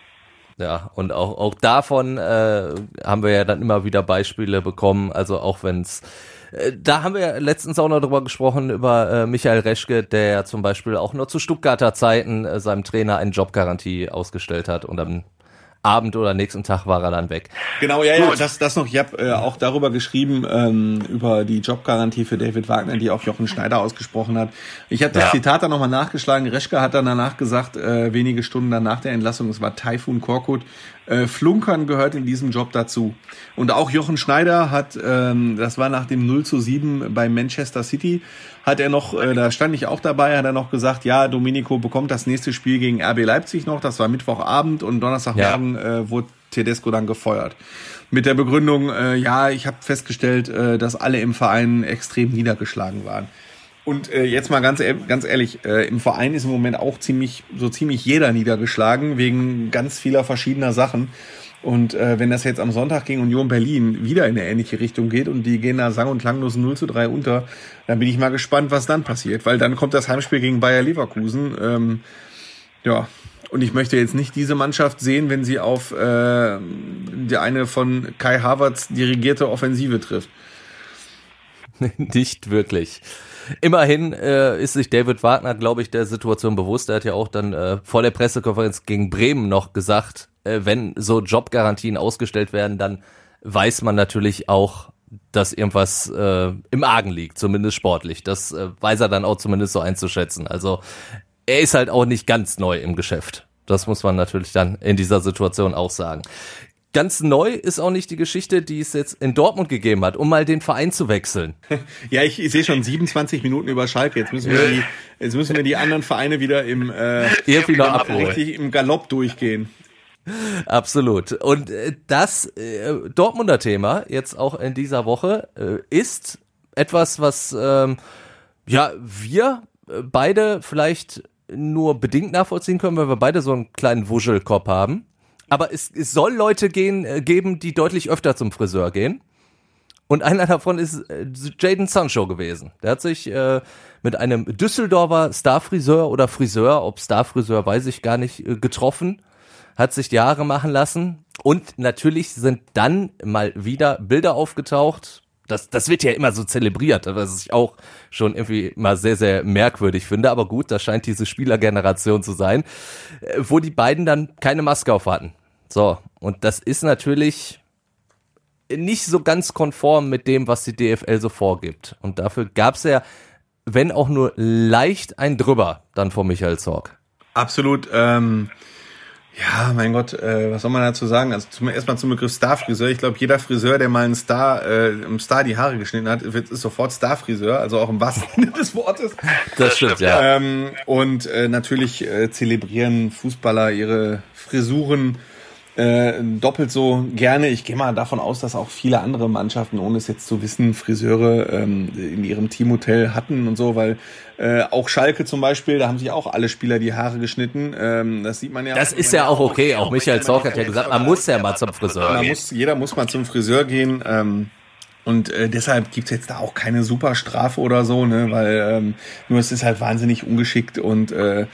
Ja, und auch, auch davon äh, haben wir ja dann immer wieder Beispiele bekommen. Also auch wenn es, äh, da haben wir ja letztens auch noch drüber gesprochen, über äh, Michael Reschke, der zum Beispiel auch nur zu Stuttgarter Zeiten äh, seinem Trainer eine Jobgarantie ausgestellt hat und dann Abend oder nächsten Tag war er dann weg. Genau, ja, ja, das, das noch. Ich habe äh, auch darüber geschrieben, ähm, über die Jobgarantie für David Wagner, die auch Jochen Schneider ausgesprochen hat. Ich habe das ja. Zitat dann nochmal nachgeschlagen. Reschke hat dann danach gesagt, äh, wenige Stunden danach der Entlassung, es war Taifun Korkut, äh, Flunkern gehört in diesem Job dazu. Und auch Jochen Schneider hat, ähm, das war nach dem null zu sieben bei Manchester City, hat er noch, äh, da stand ich auch dabei, hat er noch gesagt, ja, Domenico bekommt das nächste Spiel gegen R B Leipzig noch, das war Mittwochabend und Donnerstagmorgen ja. äh, wurde Tedesco dann gefeuert. Mit der Begründung, äh, ja, ich habe festgestellt, äh, dass alle im Verein extrem niedergeschlagen waren. Und äh, jetzt mal ganz, ganz ehrlich, äh, im Verein ist im Moment auch ziemlich, so ziemlich jeder niedergeschlagen, wegen ganz vieler verschiedener Sachen. Und äh, wenn das jetzt am Sonntag gegen Union Berlin wieder in eine ähnliche Richtung geht und die gehen da sang- und klanglos null zu drei unter, dann bin ich mal gespannt, was dann passiert. Weil dann kommt das Heimspiel gegen Bayer Leverkusen. Ähm, ja, und ich möchte jetzt nicht diese Mannschaft sehen, wenn sie auf äh, die eine von Kai Havertz dirigierte Offensive trifft. Nicht wirklich. Immerhin äh, ist sich David Wagner, glaube ich, der Situation bewusst. Er hat ja auch dann äh, vor der Pressekonferenz gegen Bremen noch gesagt, äh, wenn so Jobgarantien ausgestellt werden, dann weiß man natürlich auch, dass irgendwas äh, im Argen liegt, zumindest sportlich. Das äh, weiß er dann auch zumindest so einzuschätzen. Also er ist halt auch nicht ganz neu im Geschäft. Das muss man natürlich dann in dieser Situation auch sagen. Ganz neu ist auch nicht die Geschichte, die es jetzt in Dortmund gegeben hat, um mal den Verein zu wechseln. Ja, ich, ich sehe schon siebenundzwanzig Minuten über Schalke. Jetzt müssen wir die, jetzt müssen wir die anderen Vereine wieder im, äh, irgendwie noch abholen. Richtig im Galopp durchgehen. Absolut. Und äh, das äh, Dortmunder Thema jetzt auch in dieser Woche äh, ist etwas, was ähm, ja wir äh, beide vielleicht nur bedingt nachvollziehen können, weil wir beide so einen kleinen Wuschelkopf haben. Aber es, es soll Leute gehen, äh, geben, die deutlich öfter zum Friseur gehen. Und einer davon ist äh, Jadon Sancho gewesen. Der hat sich äh, mit einem Düsseldorfer Starfriseur oder Friseur, ob Starfriseur weiß ich gar nicht, äh, getroffen, hat sich die Haare machen lassen. Und natürlich sind dann mal wieder Bilder aufgetaucht. Das, das wird ja immer so zelebriert, was ich auch schon irgendwie mal sehr, sehr merkwürdig finde. Aber gut, das scheint diese Spielergeneration zu sein, wo die beiden dann keine Maske auf hatten. So, und das ist natürlich nicht so ganz konform mit dem, was die D F L so vorgibt. Und dafür gab's ja, wenn auch nur leicht ein Drüber, dann von Michael Zorc. Absolut, ähm... Ja, mein Gott, äh, was soll man dazu sagen? Also zum, erstmal zum Begriff Starfriseur. Ich glaube, jeder Friseur, der mal einen Star, äh, einem Star die Haare geschnitten hat, wird, ist sofort Starfriseur, also auch im wahrsten Sinne des Wortes. Das stimmt, ja. Ähm, und äh, natürlich äh, zelebrieren Fußballer ihre Frisuren äh, doppelt so gerne. Ich gehe mal davon aus, dass auch viele andere Mannschaften, ohne es jetzt zu wissen, Friseure ähm, in ihrem Teamhotel hatten und so, weil äh, auch Schalke zum Beispiel, da haben sich auch alle Spieler die Haare geschnitten. Ähm, das sieht man ja. Das ist ja auch okay. Auch Michael Zorc hat ja gesagt, man muss ja mal zum Friseur man gehen. Muss, jeder muss mal zum Friseur gehen. Ähm, und äh, deshalb gibt's jetzt da auch keine Superstrafe oder so, ne, weil ähm, nur es ist halt wahnsinnig ungeschickt und äh,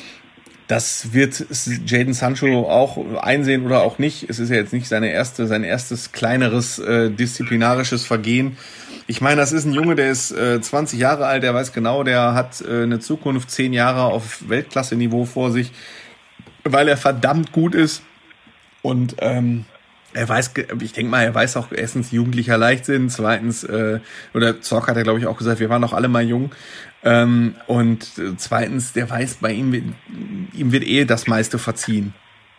das wird Jadon Sancho auch einsehen oder auch nicht. Es ist ja jetzt nicht seine erste, sein erstes kleineres äh, disziplinarisches Vergehen. Ich meine, das ist ein Junge, der ist äh, zwanzig Jahre alt, der weiß genau, der hat äh, eine Zukunft, zehn Jahre auf Weltklasse-Niveau vor sich, weil er verdammt gut ist. Und ähm, Er weiß, ich denke mal, er weiß auch erstens jugendlicher Leichtsinn, zweitens, äh, oder Zorc hat er, glaube ich, auch gesagt, wir waren doch alle mal jung. Ähm, und zweitens, der weiß, bei ihm, ihm wird eh das meiste verziehen.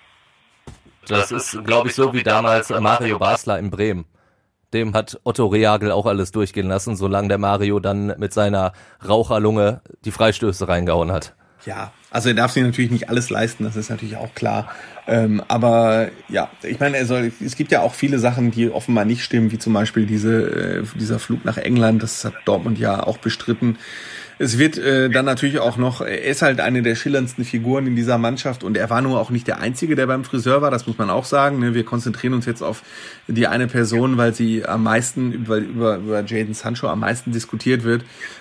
Das ist, glaube ich, so wie damals Mario Basler in Bremen. Dem hat Otto Rehagel auch alles durchgehen lassen, solange der Mario dann mit seiner Raucherlunge die Freistöße reingehauen hat. Ja, also er darf sich natürlich nicht alles leisten, das ist natürlich auch klar. Ähm, aber ja, ich meine, er soll, es gibt ja auch viele Sachen, die offenbar nicht stimmen, wie zum Beispiel diese, äh, dieser Flug nach England, das hat Dortmund ja auch bestritten. Es wird äh, dann natürlich auch noch, er ist halt eine der schillerndsten Figuren in dieser Mannschaft und er war nur auch nicht der Einzige, der beim Friseur war, das muss man auch sagen. Ne? Wir konzentrieren uns jetzt auf die eine Person, weil sie am meisten, über, über, über Jadon Sancho am meisten diskutiert wird.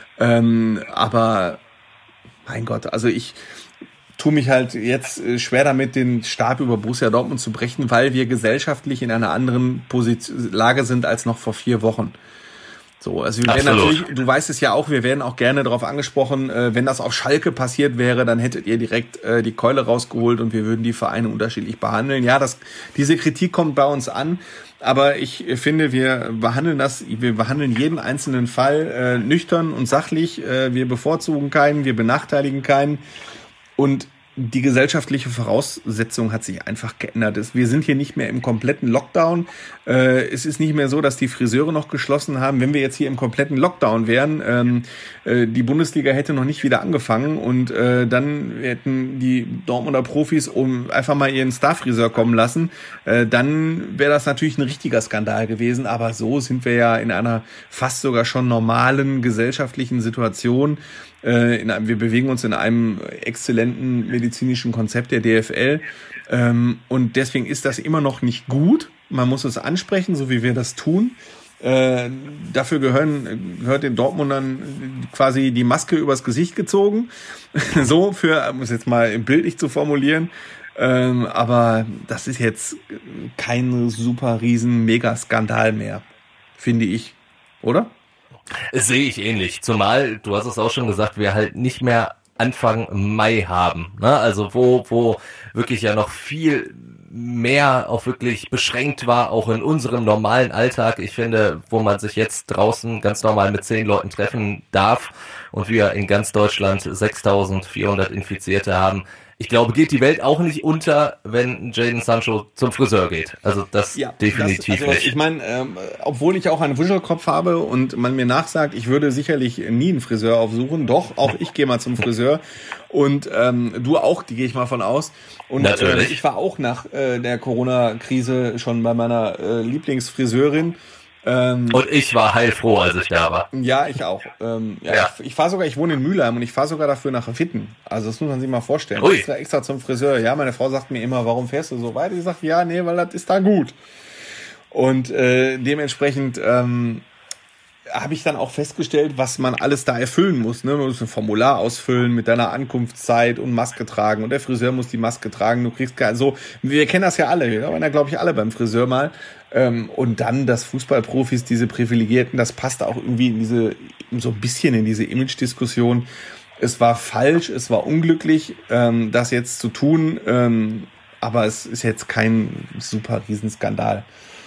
Ähm, aber mein Gott, also ich tue mich halt jetzt schwer damit, den Stab über Borussia Dortmund zu brechen, weil wir gesellschaftlich in einer anderen Position, Lage sind als noch vor vier Wochen. So, also wir werden natürlich, du weißt es ja auch, wir werden auch gerne darauf angesprochen, äh, wenn das auf Schalke passiert wäre, dann hättet ihr direkt äh, die Keule rausgeholt und wir würden die Vereine unterschiedlich behandeln. Ja, das, diese Kritik kommt bei uns an, aber ich finde, wir behandeln das, wir behandeln jeden einzelnen Fall äh, nüchtern und sachlich. Äh, wir bevorzugen keinen, wir benachteiligen keinen und die gesellschaftliche Voraussetzung hat sich einfach geändert. Wir sind hier nicht mehr im kompletten Lockdown. Es ist nicht mehr so, dass die Friseure noch geschlossen haben. Wenn wir jetzt hier im kompletten Lockdown wären, die Bundesliga hätte noch nicht wieder angefangen und dann hätten die Dortmunder Profis um einfach mal ihren Star-Friseur kommen lassen, dann wäre das natürlich ein richtiger Skandal gewesen. Aber so sind wir ja in einer fast sogar schon normalen gesellschaftlichen Situation. In einem, wir bewegen uns in einem exzellenten medizinischen Konzept der D F L ähm, und deswegen ist das immer noch nicht gut. Man muss es ansprechen, so wie wir das tun. Äh, dafür gehören, gehört den Dortmundern quasi die Maske übers Gesicht gezogen. So, für, um es jetzt mal bildlich zu formulieren. Ähm, aber das ist jetzt kein super riesen Mega-Skandal mehr, finde ich. Oder? Das sehe ich ähnlich. Zumal, du hast es auch schon gesagt, wir halt nicht mehr Anfang Mai haben. Ne? Also wo, wo wirklich ja noch viel mehr auch wirklich beschränkt war, auch in unserem normalen Alltag. Ich finde, wo man sich jetzt draußen ganz normal mit zehn Leuten treffen darf und wir in ganz Deutschland sechstausendvierhundert Infizierte haben. Ich glaube, geht die Welt auch nicht unter, wenn Jadon Sancho zum Friseur geht. Also das ja, definitiv das, also nicht. Ich meine, ähm, obwohl ich auch einen Wuschelkopf habe und man mir nachsagt, ich würde sicherlich nie einen Friseur aufsuchen, doch, auch ich gehe mal zum Friseur und ähm, du auch, die gehe ich mal von aus. Und natürlich. Äh, ich war auch nach äh, der Corona-Krise schon bei meiner äh, Lieblingsfriseurin. Ähm, und ich war heilfroh, als ich da war. Ja, ich auch. Ähm, ja, ja. Ich, ich fahre sogar, ich wohne in Mülheim und ich fahre sogar dafür nach Witten. Also das muss man sich mal vorstellen. Ui. Extra, extra zum Friseur. Ja, meine Frau sagt mir immer, warum fährst du so weit? Ich sage, ja, nee, weil das ist da gut. Und äh, dementsprechend ähm, habe ich dann auch festgestellt, was man alles da erfüllen muss. Ne? Man muss ein Formular ausfüllen mit deiner Ankunftszeit und Maske tragen. Und der Friseur muss die Maske tragen. Du kriegst keine, so, wir kennen das ja alle. Wir waren ja, glaube ich, alle beim Friseur mal. Ähm, und dann, dass Fußballprofis, diese Privilegierten, das passt auch irgendwie in diese, so ein bisschen in diese Image-Diskussion. Es war falsch, es war unglücklich, ähm, das jetzt zu tun. Ähm, aber es ist jetzt kein super Riesenskandal.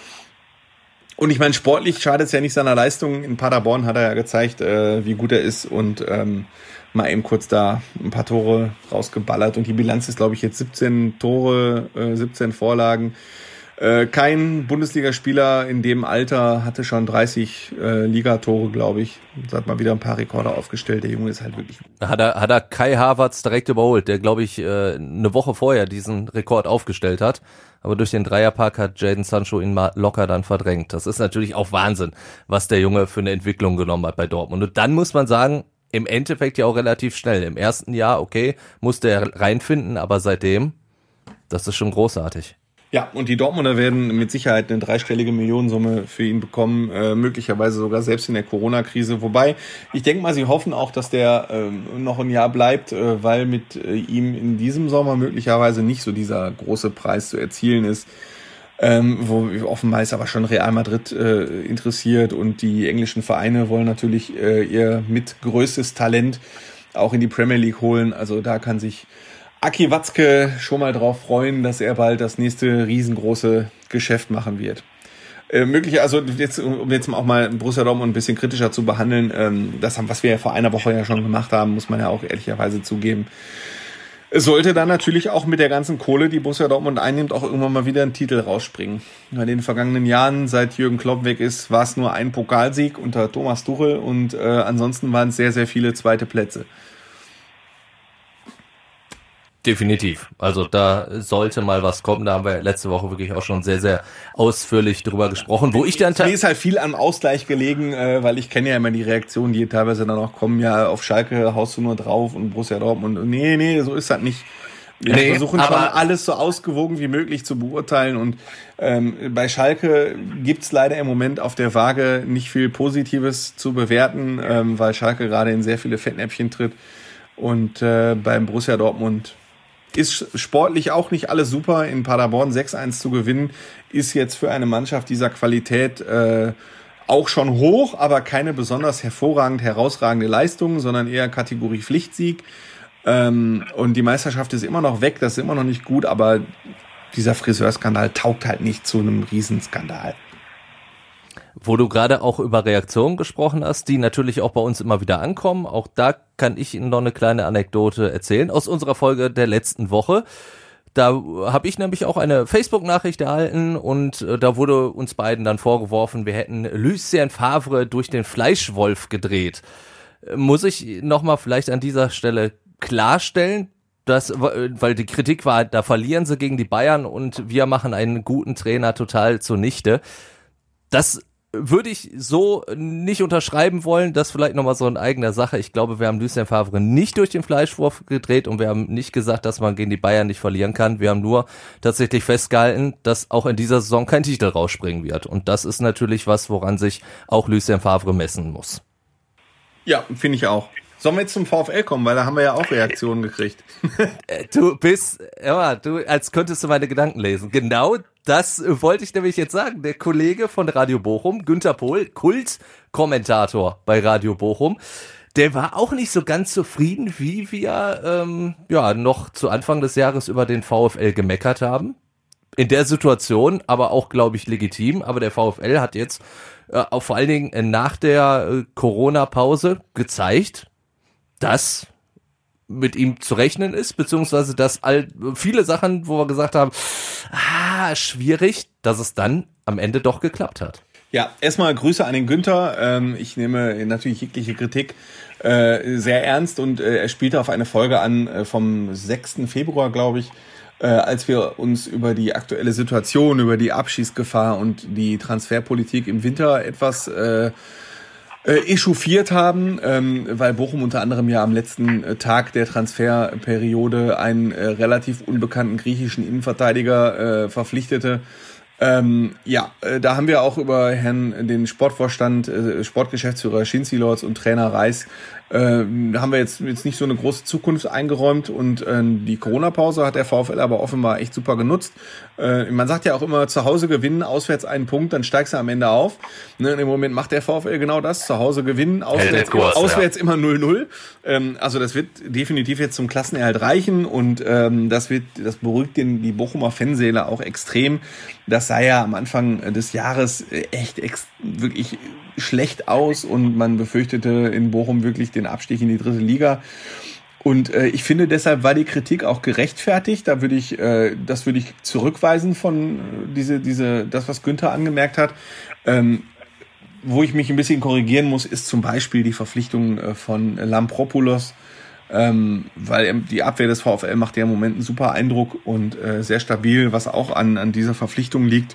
Und ich meine, sportlich schadet es ja nicht seiner Leistung. In Paderborn hat er ja gezeigt, äh, wie gut er ist und ähm, mal eben kurz da ein paar Tore rausgeballert. Und die Bilanz ist, glaube ich, jetzt siebzehn Tore, äh, siebzehn Vorlagen. Äh, kein Bundesligaspieler in dem Alter hatte schon dreißig äh, Ligatore, glaube ich. Da hat mal wieder ein paar Rekorde aufgestellt. Der Junge ist halt wirklich... Hat er, hat er Kai Havertz direkt überholt, der, glaube ich, äh, eine Woche vorher diesen Rekord aufgestellt hat. Aber durch den Dreierpack hat Jadon Sancho ihn mal locker dann verdrängt. Das ist natürlich auch Wahnsinn, was der Junge für eine Entwicklung genommen hat bei Dortmund. Und dann muss man sagen, im Endeffekt ja auch relativ schnell. Im ersten Jahr, okay, musste er reinfinden, aber seitdem, das ist schon großartig. Ja, und die Dortmunder werden mit Sicherheit eine dreistellige Millionensumme für ihn bekommen, äh, möglicherweise sogar selbst in der Corona-Krise. Wobei, ich denke mal, sie hoffen auch, dass der äh, noch ein Jahr bleibt, äh, weil mit äh, ihm in diesem Sommer möglicherweise nicht so dieser große Preis zu erzielen ist. Ähm, wo offenbar ist aber schon Real Madrid äh, interessiert und die englischen Vereine wollen natürlich äh, ihr mitgrößtes Talent auch in die Premier League holen. Also da kann sich Aki Watzke schon mal drauf freuen, dass er bald das nächste riesengroße Geschäft machen wird. Äh, möglich, also jetzt, um jetzt auch mal Borussia Dortmund ein bisschen kritischer zu behandeln, ähm, das haben, was wir ja vor einer Woche ja schon gemacht haben, muss man ja auch ehrlicherweise zugeben. Es sollte dann natürlich auch mit der ganzen Kohle, die Borussia Dortmund einnimmt, auch irgendwann mal wieder ein Titel rausspringen. In den vergangenen Jahren, seit Jürgen Klopp weg ist, war es nur ein Pokalsieg unter Thomas Tuchel und äh, ansonsten waren es sehr, sehr viele zweite Plätze. Definitiv. Also da sollte mal was kommen. Da haben wir letzte Woche wirklich auch schon sehr, sehr ausführlich drüber gesprochen, wo ich dann... Mir ist halt viel am Ausgleich gelegen, äh, weil ich kenne ja immer die Reaktionen, die teilweise dann auch kommen, ja, auf Schalke haust du nur drauf und Borussia Dortmund. Nee, nee, so ist das nicht. Wir nee, versuchen schon alles so ausgewogen wie möglich zu beurteilen und ähm, bei Schalke gibt's leider im Moment auf der Waage nicht viel Positives zu bewerten, ähm, weil Schalke gerade in sehr viele Fettnäpfchen tritt und äh, beim Borussia Dortmund ist sportlich auch nicht alles super. In Paderborn sechs eins zu gewinnen, ist jetzt für eine Mannschaft dieser Qualität äh, auch schon hoch, aber keine besonders hervorragend herausragende Leistung, sondern eher Kategorie Pflichtsieg. Ähm, und die Meisterschaft ist immer noch weg, das ist immer noch nicht gut, aber dieser Friseurskandal taugt halt nicht zu einem Riesenskandal. Wo du gerade auch über Reaktionen gesprochen hast, die natürlich auch bei uns immer wieder ankommen. Auch da kann ich Ihnen noch eine kleine Anekdote erzählen aus unserer Folge der letzten Woche. Da habe ich nämlich auch eine Facebook-Nachricht erhalten und äh, da wurde uns beiden dann vorgeworfen, wir hätten Lucien Favre durch den Fleischwolf gedreht. Muss ich nochmal vielleicht an dieser Stelle klarstellen, dass, weil die Kritik war, da verlieren sie gegen die Bayern und wir machen einen guten Trainer total zunichte. Das würde ich so nicht unterschreiben wollen, das vielleicht nochmal so eine eigene Sache. Ich glaube, wir haben Lucien Favre nicht durch den Fleischwurf gedreht und wir haben nicht gesagt, dass man gegen die Bayern nicht verlieren kann. Wir haben nur tatsächlich festgehalten, dass auch in dieser Saison kein Titel rausspringen wird. Und das ist natürlich was, woran sich auch Lucien Favre messen muss. Ja, finde ich auch. Sollen wir jetzt zum VfL kommen, weil da haben wir ja auch Reaktionen gekriegt. Du bist, ja, du, als könntest du meine Gedanken lesen. Genau das wollte ich nämlich jetzt sagen. Der Kollege von Radio Bochum, Günther Pohl, Kultkommentator bei Radio Bochum, der war auch nicht so ganz zufrieden, wie wir ähm, ja noch zu Anfang des Jahres über den VfL gemeckert haben. In der Situation, aber auch, glaube ich, legitim. Aber der VfL hat jetzt äh, auch vor allen Dingen nach der äh, Corona-Pause gezeigt, dass mit ihm zu rechnen ist, beziehungsweise dass all, viele Sachen, wo wir gesagt haben, ah, schwierig, dass es dann am Ende doch geklappt hat. Ja, erstmal Grüße an den Günther. Ähm, ich nehme natürlich jegliche Kritik äh, sehr ernst und äh, er spielte auf eine Folge an äh, vom sechsten Februar, glaube ich, äh, als wir uns über die aktuelle Situation, über die Abschießgefahr und die Transferpolitik im Winter etwas äh, Äh, echauffiert haben, ähm, weil Bochum unter anderem ja am letzten äh, Tag der Transferperiode einen äh, relativ unbekannten griechischen Innenverteidiger äh, verpflichtete. Ähm, ja, äh, da haben wir auch über Herrn den Sportvorstand, äh, Sportgeschäftsführer Schinzilorz und Trainer Reis, äh, haben wir jetzt, jetzt nicht so eine große Zukunft eingeräumt und äh, die Corona-Pause hat der VfL aber offenbar echt super genutzt. Äh, man sagt ja auch immer, zu Hause gewinnen, auswärts einen Punkt, dann steigst du am Ende auf. Ne, im Moment macht der VfL genau das, zu Hause gewinnen, auswärts, Kurs, auswärts ja. immer null null. Ähm, also das wird definitiv jetzt zum Klassenerhalt reichen und ähm, das wird, das beruhigt den, die Bochumer Fanseele auch extrem. Das sah ja am Anfang des Jahres echt ex- wirklich schlecht aus und man befürchtete in Bochum wirklich den Abstieg in die dritte Liga. Und äh, ich finde, deshalb war die Kritik auch gerechtfertigt. Da würde ich, äh, das würde ich zurückweisen von äh, diese, diese, das, was Günther angemerkt hat. Ähm, wo ich mich ein bisschen korrigieren muss, ist zum Beispiel die Verpflichtung äh, von Lampropoulos. Ähm, weil die Abwehr des VfL macht ja im Moment einen super Eindruck und äh, sehr stabil, was auch an, an dieser Verpflichtung liegt.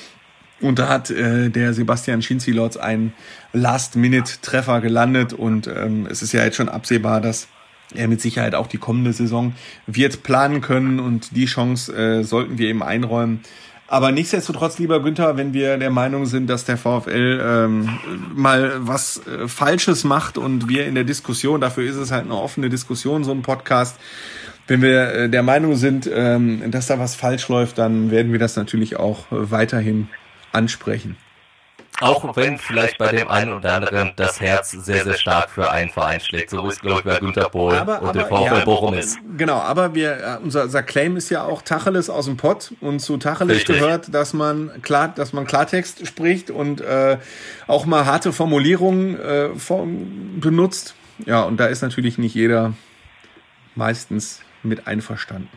Und da hat äh, der Sebastian Schinzilorz einen Last-Minute-Treffer gelandet und ähm, es ist ja jetzt schon absehbar, dass er mit Sicherheit auch die kommende Saison wird planen können und die Chance äh, sollten wir ihm einräumen. Aber nichtsdestotrotz, lieber Günther, wenn wir der Meinung sind, dass der VfL ähm, mal was äh, Falsches macht und wir in der Diskussion, dafür ist es halt eine offene Diskussion, so ein Podcast, wenn wir äh, der Meinung sind, ähm, dass da was falsch läuft, dann werden wir das natürlich auch äh, weiterhin ansprechen. Auch wenn vielleicht bei dem einen oder anderen das Herz sehr, sehr stark für einen Verein schlägt, so wie es, glaube ich, bei Günter Pohl aber, und aber, dem VfL ja, Bochum ist. Genau, aber wir, unser, unser Claim ist ja auch Tacheles aus dem Pott, und zu Tacheles Richtig. gehört, dass man klar, dass man Klartext spricht und äh, auch mal harte Formulierungen äh, form, benutzt. Ja, und da ist natürlich nicht jeder meistens mit einverstanden.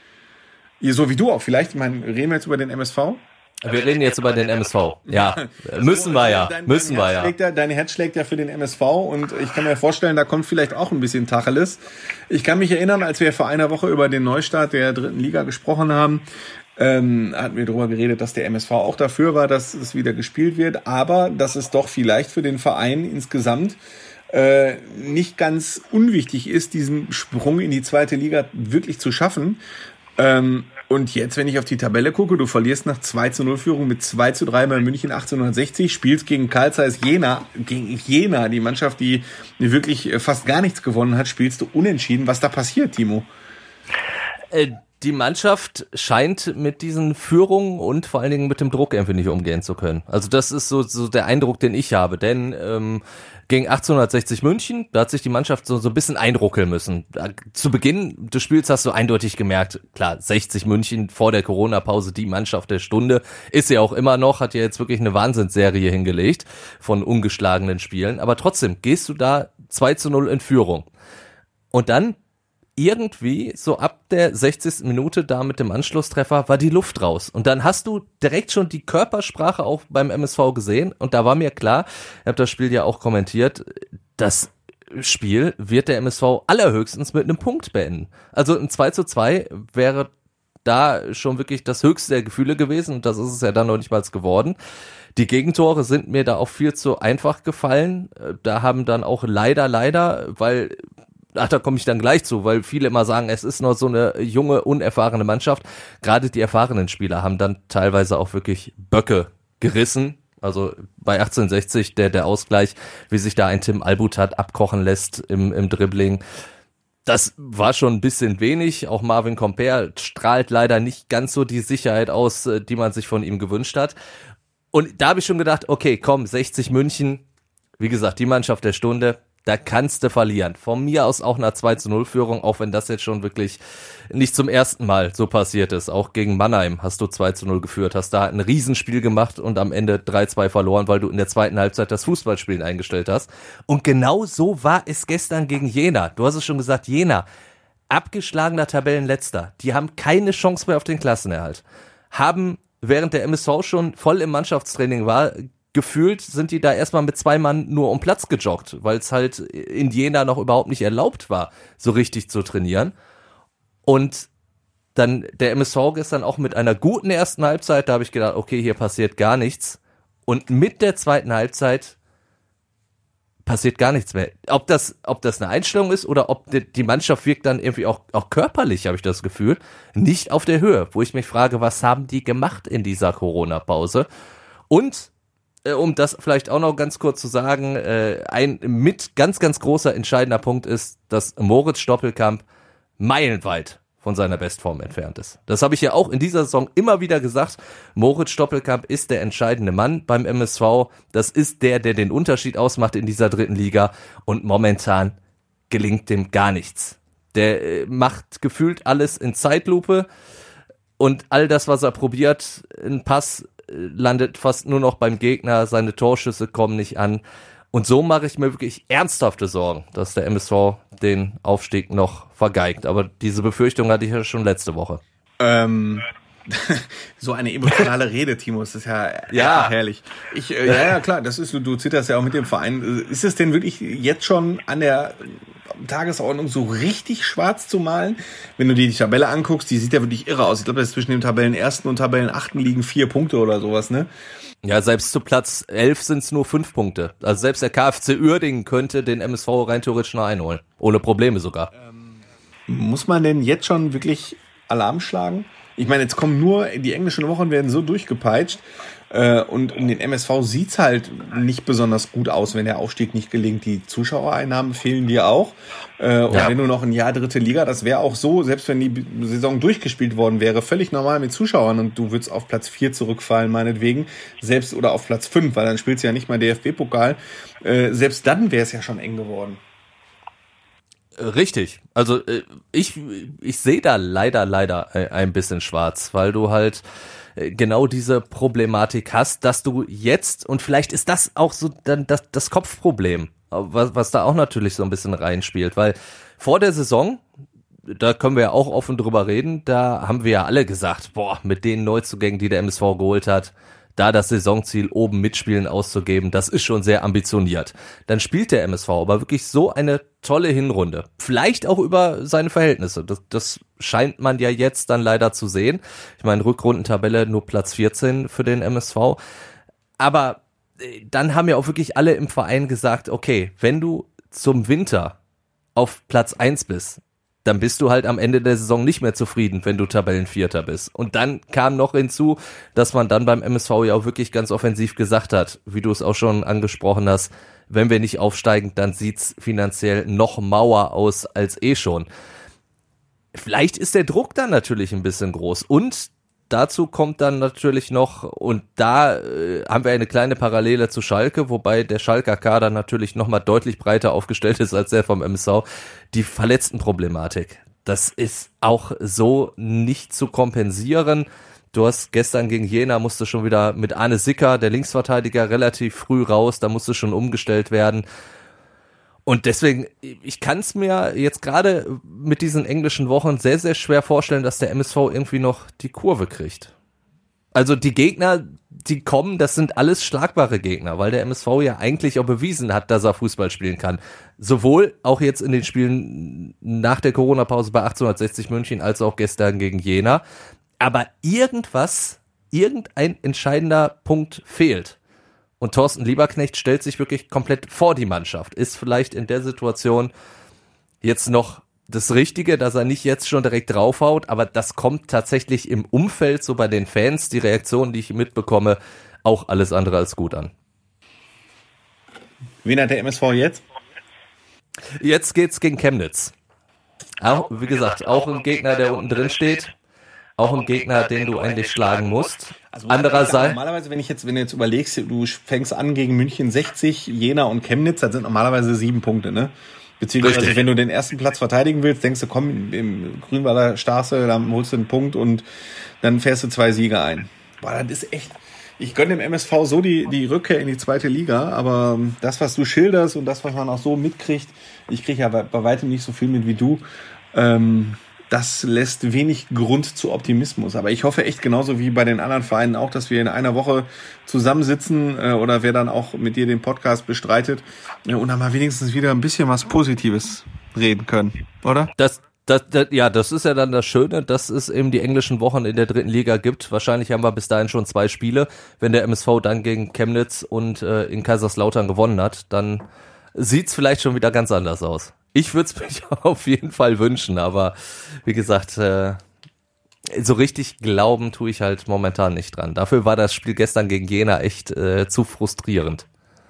So wie du auch vielleicht. Ich meine, reden wir jetzt über den M S V? Wir reden jetzt über den M S V. Ja, müssen wir ja, Dein, müssen dein wir ja. ja. Dein Herz schlägt ja für den M S V, und ich kann mir vorstellen, da kommt vielleicht auch ein bisschen Tacheles. Ich kann mich erinnern, als wir vor einer Woche über den Neustart der dritten Liga gesprochen haben, ähm, hatten wir darüber geredet, dass der M S V auch dafür war, dass es wieder gespielt wird, aber dass es doch vielleicht für den Verein insgesamt äh, nicht ganz unwichtig ist, diesen Sprung in die zweite Liga wirklich zu schaffen. Ähm, Und jetzt, wenn ich auf die Tabelle gucke, du verlierst nach zwei zu null Führung mit zwei zu drei bei München achtzehnhundertsechzig, spielst gegen Carl Zeiss Jena, gegen Jena, die Mannschaft, die wirklich fast gar nichts gewonnen hat, spielst du unentschieden. Was da passiert, Timo? Äh, die Mannschaft scheint mit diesen Führungen und vor allen Dingen mit dem Druck irgendwie nicht umgehen zu können. Also das ist so, so der Eindruck, den ich habe, denn ähm, gegen achtzehnhundertsechzig München, da hat sich die Mannschaft so, so ein bisschen einruckeln müssen. Da, zu Beginn des Spiels hast du eindeutig gemerkt, klar, sechzig München vor der Corona-Pause, die Mannschaft der Stunde, ist ja auch immer noch, hat ja jetzt wirklich eine Wahnsinnsserie hingelegt von ungeschlagenen Spielen, aber trotzdem gehst du da zwei zu null in Führung. Und dann irgendwie, so ab der sechzigsten Minute da mit dem Anschlusstreffer, war die Luft raus. Und dann hast du direkt schon die Körpersprache auch beim M S V gesehen. Und da war mir klar, ich habe das Spiel ja auch kommentiert, das Spiel wird der M S V allerhöchstens mit einem Punkt beenden. Also ein zwei zu zwei wäre da schon wirklich das höchste der Gefühle gewesen. Und das ist es ja dann noch nicht mal geworden. Die Gegentore sind mir da auch viel zu einfach gefallen. Da haben dann auch leider, leider, weil... Ach, da komme ich dann gleich zu, weil viele immer sagen, es ist noch so eine junge, unerfahrene Mannschaft. Gerade die erfahrenen Spieler haben dann teilweise auch wirklich Böcke gerissen. Also bei achtzehnhundertsechzig der der Ausgleich, wie sich da ein Tim Albutat abkochen lässt im im Dribbling. Das war schon ein bisschen wenig. Auch Marvin Comper strahlt leider nicht ganz so die Sicherheit aus, die man sich von ihm gewünscht hat. Und da habe ich schon gedacht, okay, komm, sechzig München, wie gesagt, die Mannschaft der Stunde, da kannst du verlieren. Von mir aus auch eine zwei zu null Führung, auch wenn das jetzt schon wirklich nicht zum ersten Mal so passiert ist. Auch gegen Mannheim hast du zwei zu null geführt, hast da ein Riesenspiel gemacht und am Ende drei zwei verloren, weil du in der zweiten Halbzeit das Fußballspielen eingestellt hast. Und genau so war es gestern gegen Jena. Du hast es schon gesagt, Jena, abgeschlagener Tabellenletzter. Die haben keine Chance mehr auf den Klassenerhalt. Haben, während der M S V schon voll im Mannschaftstraining war, gefühlt sind die da erstmal mit zwei Mann nur um Platz gejoggt, weil es halt in Jena noch überhaupt nicht erlaubt war, so richtig zu trainieren. Und dann der M S V gestern auch mit einer guten ersten Halbzeit, da habe ich gedacht, okay, hier passiert gar nichts. Und mit der zweiten Halbzeit passiert gar nichts mehr. Ob das, ob das eine Einstellung ist oder ob die, die Mannschaft wirkt dann irgendwie auch, auch körperlich, habe ich das Gefühl, nicht auf der Höhe, wo ich mich frage, was haben die gemacht in dieser Corona-Pause? Und um das vielleicht auch noch ganz kurz zu sagen, äh, ein mit ganz, ganz großer entscheidender Punkt ist, dass Moritz Stoppelkamp meilenweit von seiner Bestform entfernt ist. Das habe ich ja auch in dieser Saison immer wieder gesagt. Moritz Stoppelkamp ist der entscheidende Mann beim M S V. Das ist der, der den Unterschied ausmacht in dieser dritten Liga. Und momentan gelingt dem gar nichts. Der äh, macht gefühlt alles in Zeitlupe. Und all das, was er probiert, ein Pass landet fast nur noch beim Gegner, seine Torschüsse kommen nicht an. Und so mache ich mir wirklich ernsthafte Sorgen, dass der M S V den Aufstieg noch vergeigt. Aber diese Befürchtung hatte ich ja schon letzte Woche. Ähm, so eine emotionale Rede, Timo, das ist ja, ja. herrlich. Ich, äh, ja, ja, klar, das ist, du zitterst ja auch mit dem Verein. Ist es denn wirklich jetzt schon an der Tagesordnung so richtig schwarz zu malen? Wenn du dir die Tabelle anguckst, die sieht ja wirklich irre aus. Ich glaube, das ist zwischen dem Tabellenersten und Tabellenachten liegen vier Punkte oder sowas, ne? Ja, selbst zu Platz elf sind es nur fünf Punkte. Also selbst der KfC Uerdingen könnte den M S V rein theoretisch noch einholen. Ohne Probleme sogar. Ähm, muss man denn jetzt schon wirklich Alarm schlagen? Ich meine, jetzt kommen nur, die englischen Wochen werden so durchgepeitscht. Äh, und um den M S V sieht's halt nicht besonders gut aus, wenn der Aufstieg nicht gelingt. Die Zuschauereinnahmen fehlen dir auch. Äh, und Ja. wenn du noch ein Jahr dritte Liga, das wäre auch so, selbst wenn die Saison durchgespielt worden wäre, völlig normal mit Zuschauern und du würdest auf Platz vier zurückfallen, meinetwegen, selbst oder auf Platz fünf, weil dann spielst du ja nicht mal D F B-Pokal. Äh, selbst dann wäre es ja schon eng geworden. Richtig. Also äh, ich, ich sehe da leider, leider äh, ein bisschen schwarz, weil du halt äh, genau diese Problematik hast, dass du jetzt, und vielleicht ist das auch so dann das, das Kopfproblem, was, was da auch natürlich so ein bisschen reinspielt, weil vor der Saison, da können wir ja auch offen drüber reden, da haben wir ja alle gesagt, boah, mit den Neuzugängen, die der M S V geholt hat, da das Saisonziel oben mitspielen auszugeben, das ist schon sehr ambitioniert. Dann spielt der M S V aber wirklich so eine tolle Hinrunde. Vielleicht auch über seine Verhältnisse. Das, das scheint man ja jetzt dann leider zu sehen. Ich meine, Rückrundentabelle nur Platz vierzehn für den M S V. Aber äh, dann haben ja auch wirklich alle im Verein gesagt, okay, wenn du zum Winter auf Platz eins bist, dann bist du halt am Ende der Saison nicht mehr zufrieden, wenn du Tabellenvierter bist. Und dann kam noch hinzu, dass man dann beim M S V ja auch wirklich ganz offensiv gesagt hat, wie du es auch schon angesprochen hast, wenn wir nicht aufsteigen, dann sieht's finanziell noch mauer aus als eh schon. Vielleicht ist der Druck dann natürlich ein bisschen groß. Und dazu kommt dann natürlich noch, und da äh, haben wir eine kleine Parallele zu Schalke, wobei der Schalker Kader natürlich nochmal deutlich breiter aufgestellt ist als der vom M S V, die Verletztenproblematik. Das ist auch so nicht zu kompensieren. Du hast gestern gegen Jena, musste schon wieder mit Arne Sicker, der Linksverteidiger, relativ früh raus, da musste schon umgestellt werden. Und deswegen, ich kann es mir jetzt gerade mit diesen englischen Wochen sehr, sehr schwer vorstellen, dass der M S V irgendwie noch die Kurve kriegt. Also die Gegner, die kommen, das sind alles schlagbare Gegner, weil der M S V ja eigentlich auch bewiesen hat, dass er Fußball spielen kann. Sowohl auch jetzt in den Spielen nach der Corona-Pause bei achtzehnhundertsechzig München, als auch gestern gegen Jena. Aber irgendwas, irgendein entscheidender Punkt fehlt. Und Thorsten Lieberknecht stellt sich wirklich komplett vor die Mannschaft. Ist vielleicht in der Situation jetzt noch das Richtige, dass er nicht jetzt schon direkt draufhaut, aber das kommt tatsächlich im Umfeld, so bei den Fans, die Reaktionen, die ich mitbekomme, auch alles andere als gut an. Wen hat der M S V jetzt? Jetzt geht's gegen Chemnitz. Auch, wie gesagt, auch ein Gegner, der unten drin steht. Auch ein Gegner, den du eigentlich schlagen musst. Also Andererseits, normalerweise, wenn ich jetzt, wenn du jetzt überlegst, du fängst an gegen München sechzig, Jena und Chemnitz, das sind normalerweise sieben Punkte, ne? Beziehungsweise, Richtig. wenn du den ersten Platz verteidigen willst, denkst du, komm, im Grünwalder Straße, dann holst du einen Punkt und dann fährst du zwei Siege ein. Boah, das ist echt, ich gönne dem M S V so die, die Rückkehr in die zweite Liga, aber das, was du schilderst und das, was man auch so mitkriegt, ich kriege ja bei, bei weitem nicht so viel mit wie du, ähm, das lässt wenig Grund zu Optimismus. Aber ich hoffe echt genauso wie bei den anderen Vereinen auch, dass wir in einer Woche zusammensitzen äh, oder wer dann auch mit dir den Podcast bestreitet äh, und dann mal wenigstens wieder ein bisschen was Positives reden können, oder? das, das, das, ja, das ist ja dann das Schöne, dass es eben die englischen Wochen in der dritten Liga gibt. Wahrscheinlich haben wir bis dahin schon zwei Spiele. Wenn der M S V dann gegen Chemnitz und äh, in Kaiserslautern gewonnen hat, dann sieht's vielleicht schon wieder ganz anders aus. Ich würde es mich auf jeden Fall wünschen, aber wie gesagt, äh, so richtig glauben tue ich halt momentan nicht dran. Dafür war das Spiel gestern gegen Jena echt äh, zu frustrierend.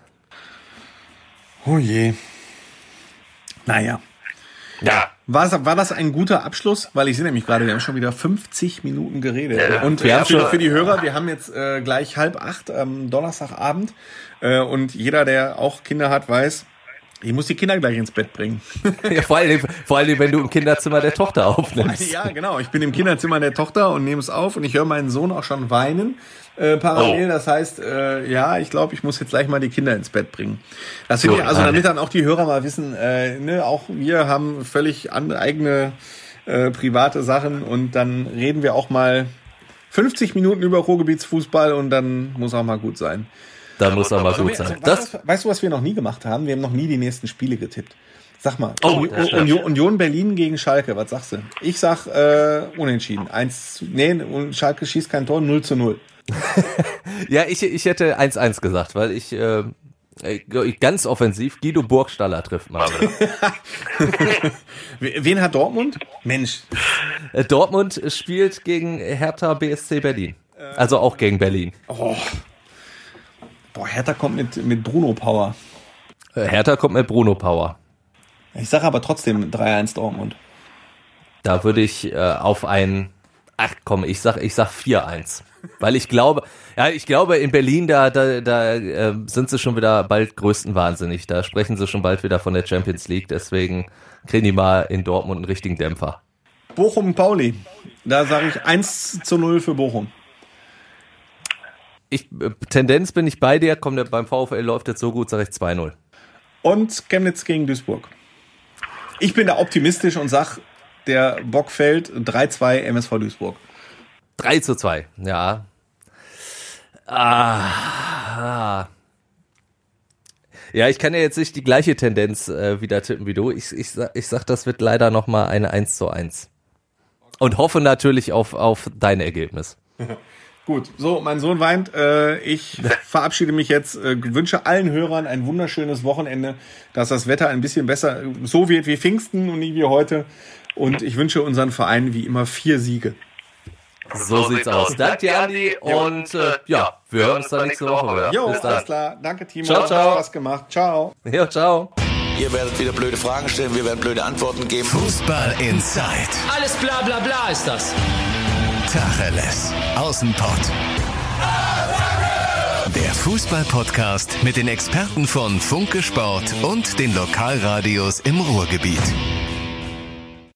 Oh je. Naja. Ja. War, war das ein guter Abschluss? Weil ich sehe nämlich gerade, wir haben schon wieder fünfzig Minuten geredet. Ja, und wir äh, haben für, schon- für die Hörer, wir haben jetzt äh, gleich halb acht am Donnerstagabend. Äh, und jeder, der auch Kinder hat, weiß, ich muss die Kinder gleich ins Bett bringen. Ja, vor allem, vor allem, wenn du im Kinderzimmer der Tochter aufnimmst. Ja, genau. Ich bin im Kinderzimmer der Tochter und nehme es auf und ich höre meinen Sohn auch schon weinen äh, parallel. Oh. Das heißt, äh, ja, ich glaube, ich muss jetzt gleich mal die Kinder ins Bett bringen. Das finde So, ich, also nein. damit dann auch die Hörer mal wissen, äh, ne, auch wir haben völlig andere, eigene äh, private Sachen und dann reden wir auch mal fünfzig Minuten über Ruhrgebietsfußball und dann muss auch mal gut sein. Da muss er mal Also, gut also, sein. weißt, Das, du, was- weißt du, was wir noch nie gemacht haben? Wir haben noch nie die nächsten Spiele getippt. Sag mal, Oh, Uni- das stimmt. Union, Union Berlin gegen Schalke, was sagst du? Ich sag äh, unentschieden. Eins, zu- nee, und Schalke schießt kein Tor, null zu null. ja, ich, ich hätte eins eins gesagt, weil ich, äh, Ganz offensiv, Guido Burgstaller trifft mal. Wen hat Dortmund? Mensch. Dortmund spielt gegen Hertha B S C Berlin. Also auch gegen Berlin. Oh. Boah, Hertha kommt mit, mit Bruno Power. Hertha kommt mit Bruno Power. Ich sage aber trotzdem drei eins Dortmund. Da würde ich äh, auf ein, ach komm, ich sag, ich sag vier eins. Weil ich glaube, ja, ich glaube in Berlin, da, da, da äh, sind sie schon wieder bald größtenwahnsinnig. Da sprechen sie schon bald wieder von der Champions League. Deswegen kriegen die mal in Dortmund einen richtigen Dämpfer. Bochum Pauli. Da sage ich eins zu null für Bochum. Ich, äh, Tendenz bin ich bei dir. Komm, der, beim VfL läuft jetzt so gut, sage ich zwei null. Und Chemnitz gegen Duisburg. Ich bin da optimistisch und sag, der Bock fällt drei zwei M S V Duisburg. drei zu zwei, ja. Ah. Ja, ich kann ja jetzt nicht die gleiche Tendenz äh, wieder tippen wie du. Ich, ich, ich sag, das wird leider nochmal eine eins zu eins. Und hoffe natürlich auf, auf dein Ergebnis. Gut, so, mein Sohn weint. Äh, ich verabschiede mich jetzt, äh, wünsche allen Hörern ein wunderschönes Wochenende, dass das Wetter ein bisschen besser so wird wie Pfingsten und nie wie heute. Und ich wünsche unseren Verein wie immer vier Siege. So, so sieht's aus. Danke dir, Andi. Und äh, ja, wir hören uns dann nächste Woche wieder. Jo, bis dann. alles klar. Danke, Timo. Ciao, ciao. Hat Spaß gemacht. Ciao. Ja, ciao. Ihr werdet wieder blöde Fragen stellen, wir werden blöde Antworten geben. Fußball Inside. Alles bla bla bla ist das. Tacheles. Außenpott. Der Fußball-Podcast mit den Experten von Funke Sport und den Lokalradios im Ruhrgebiet.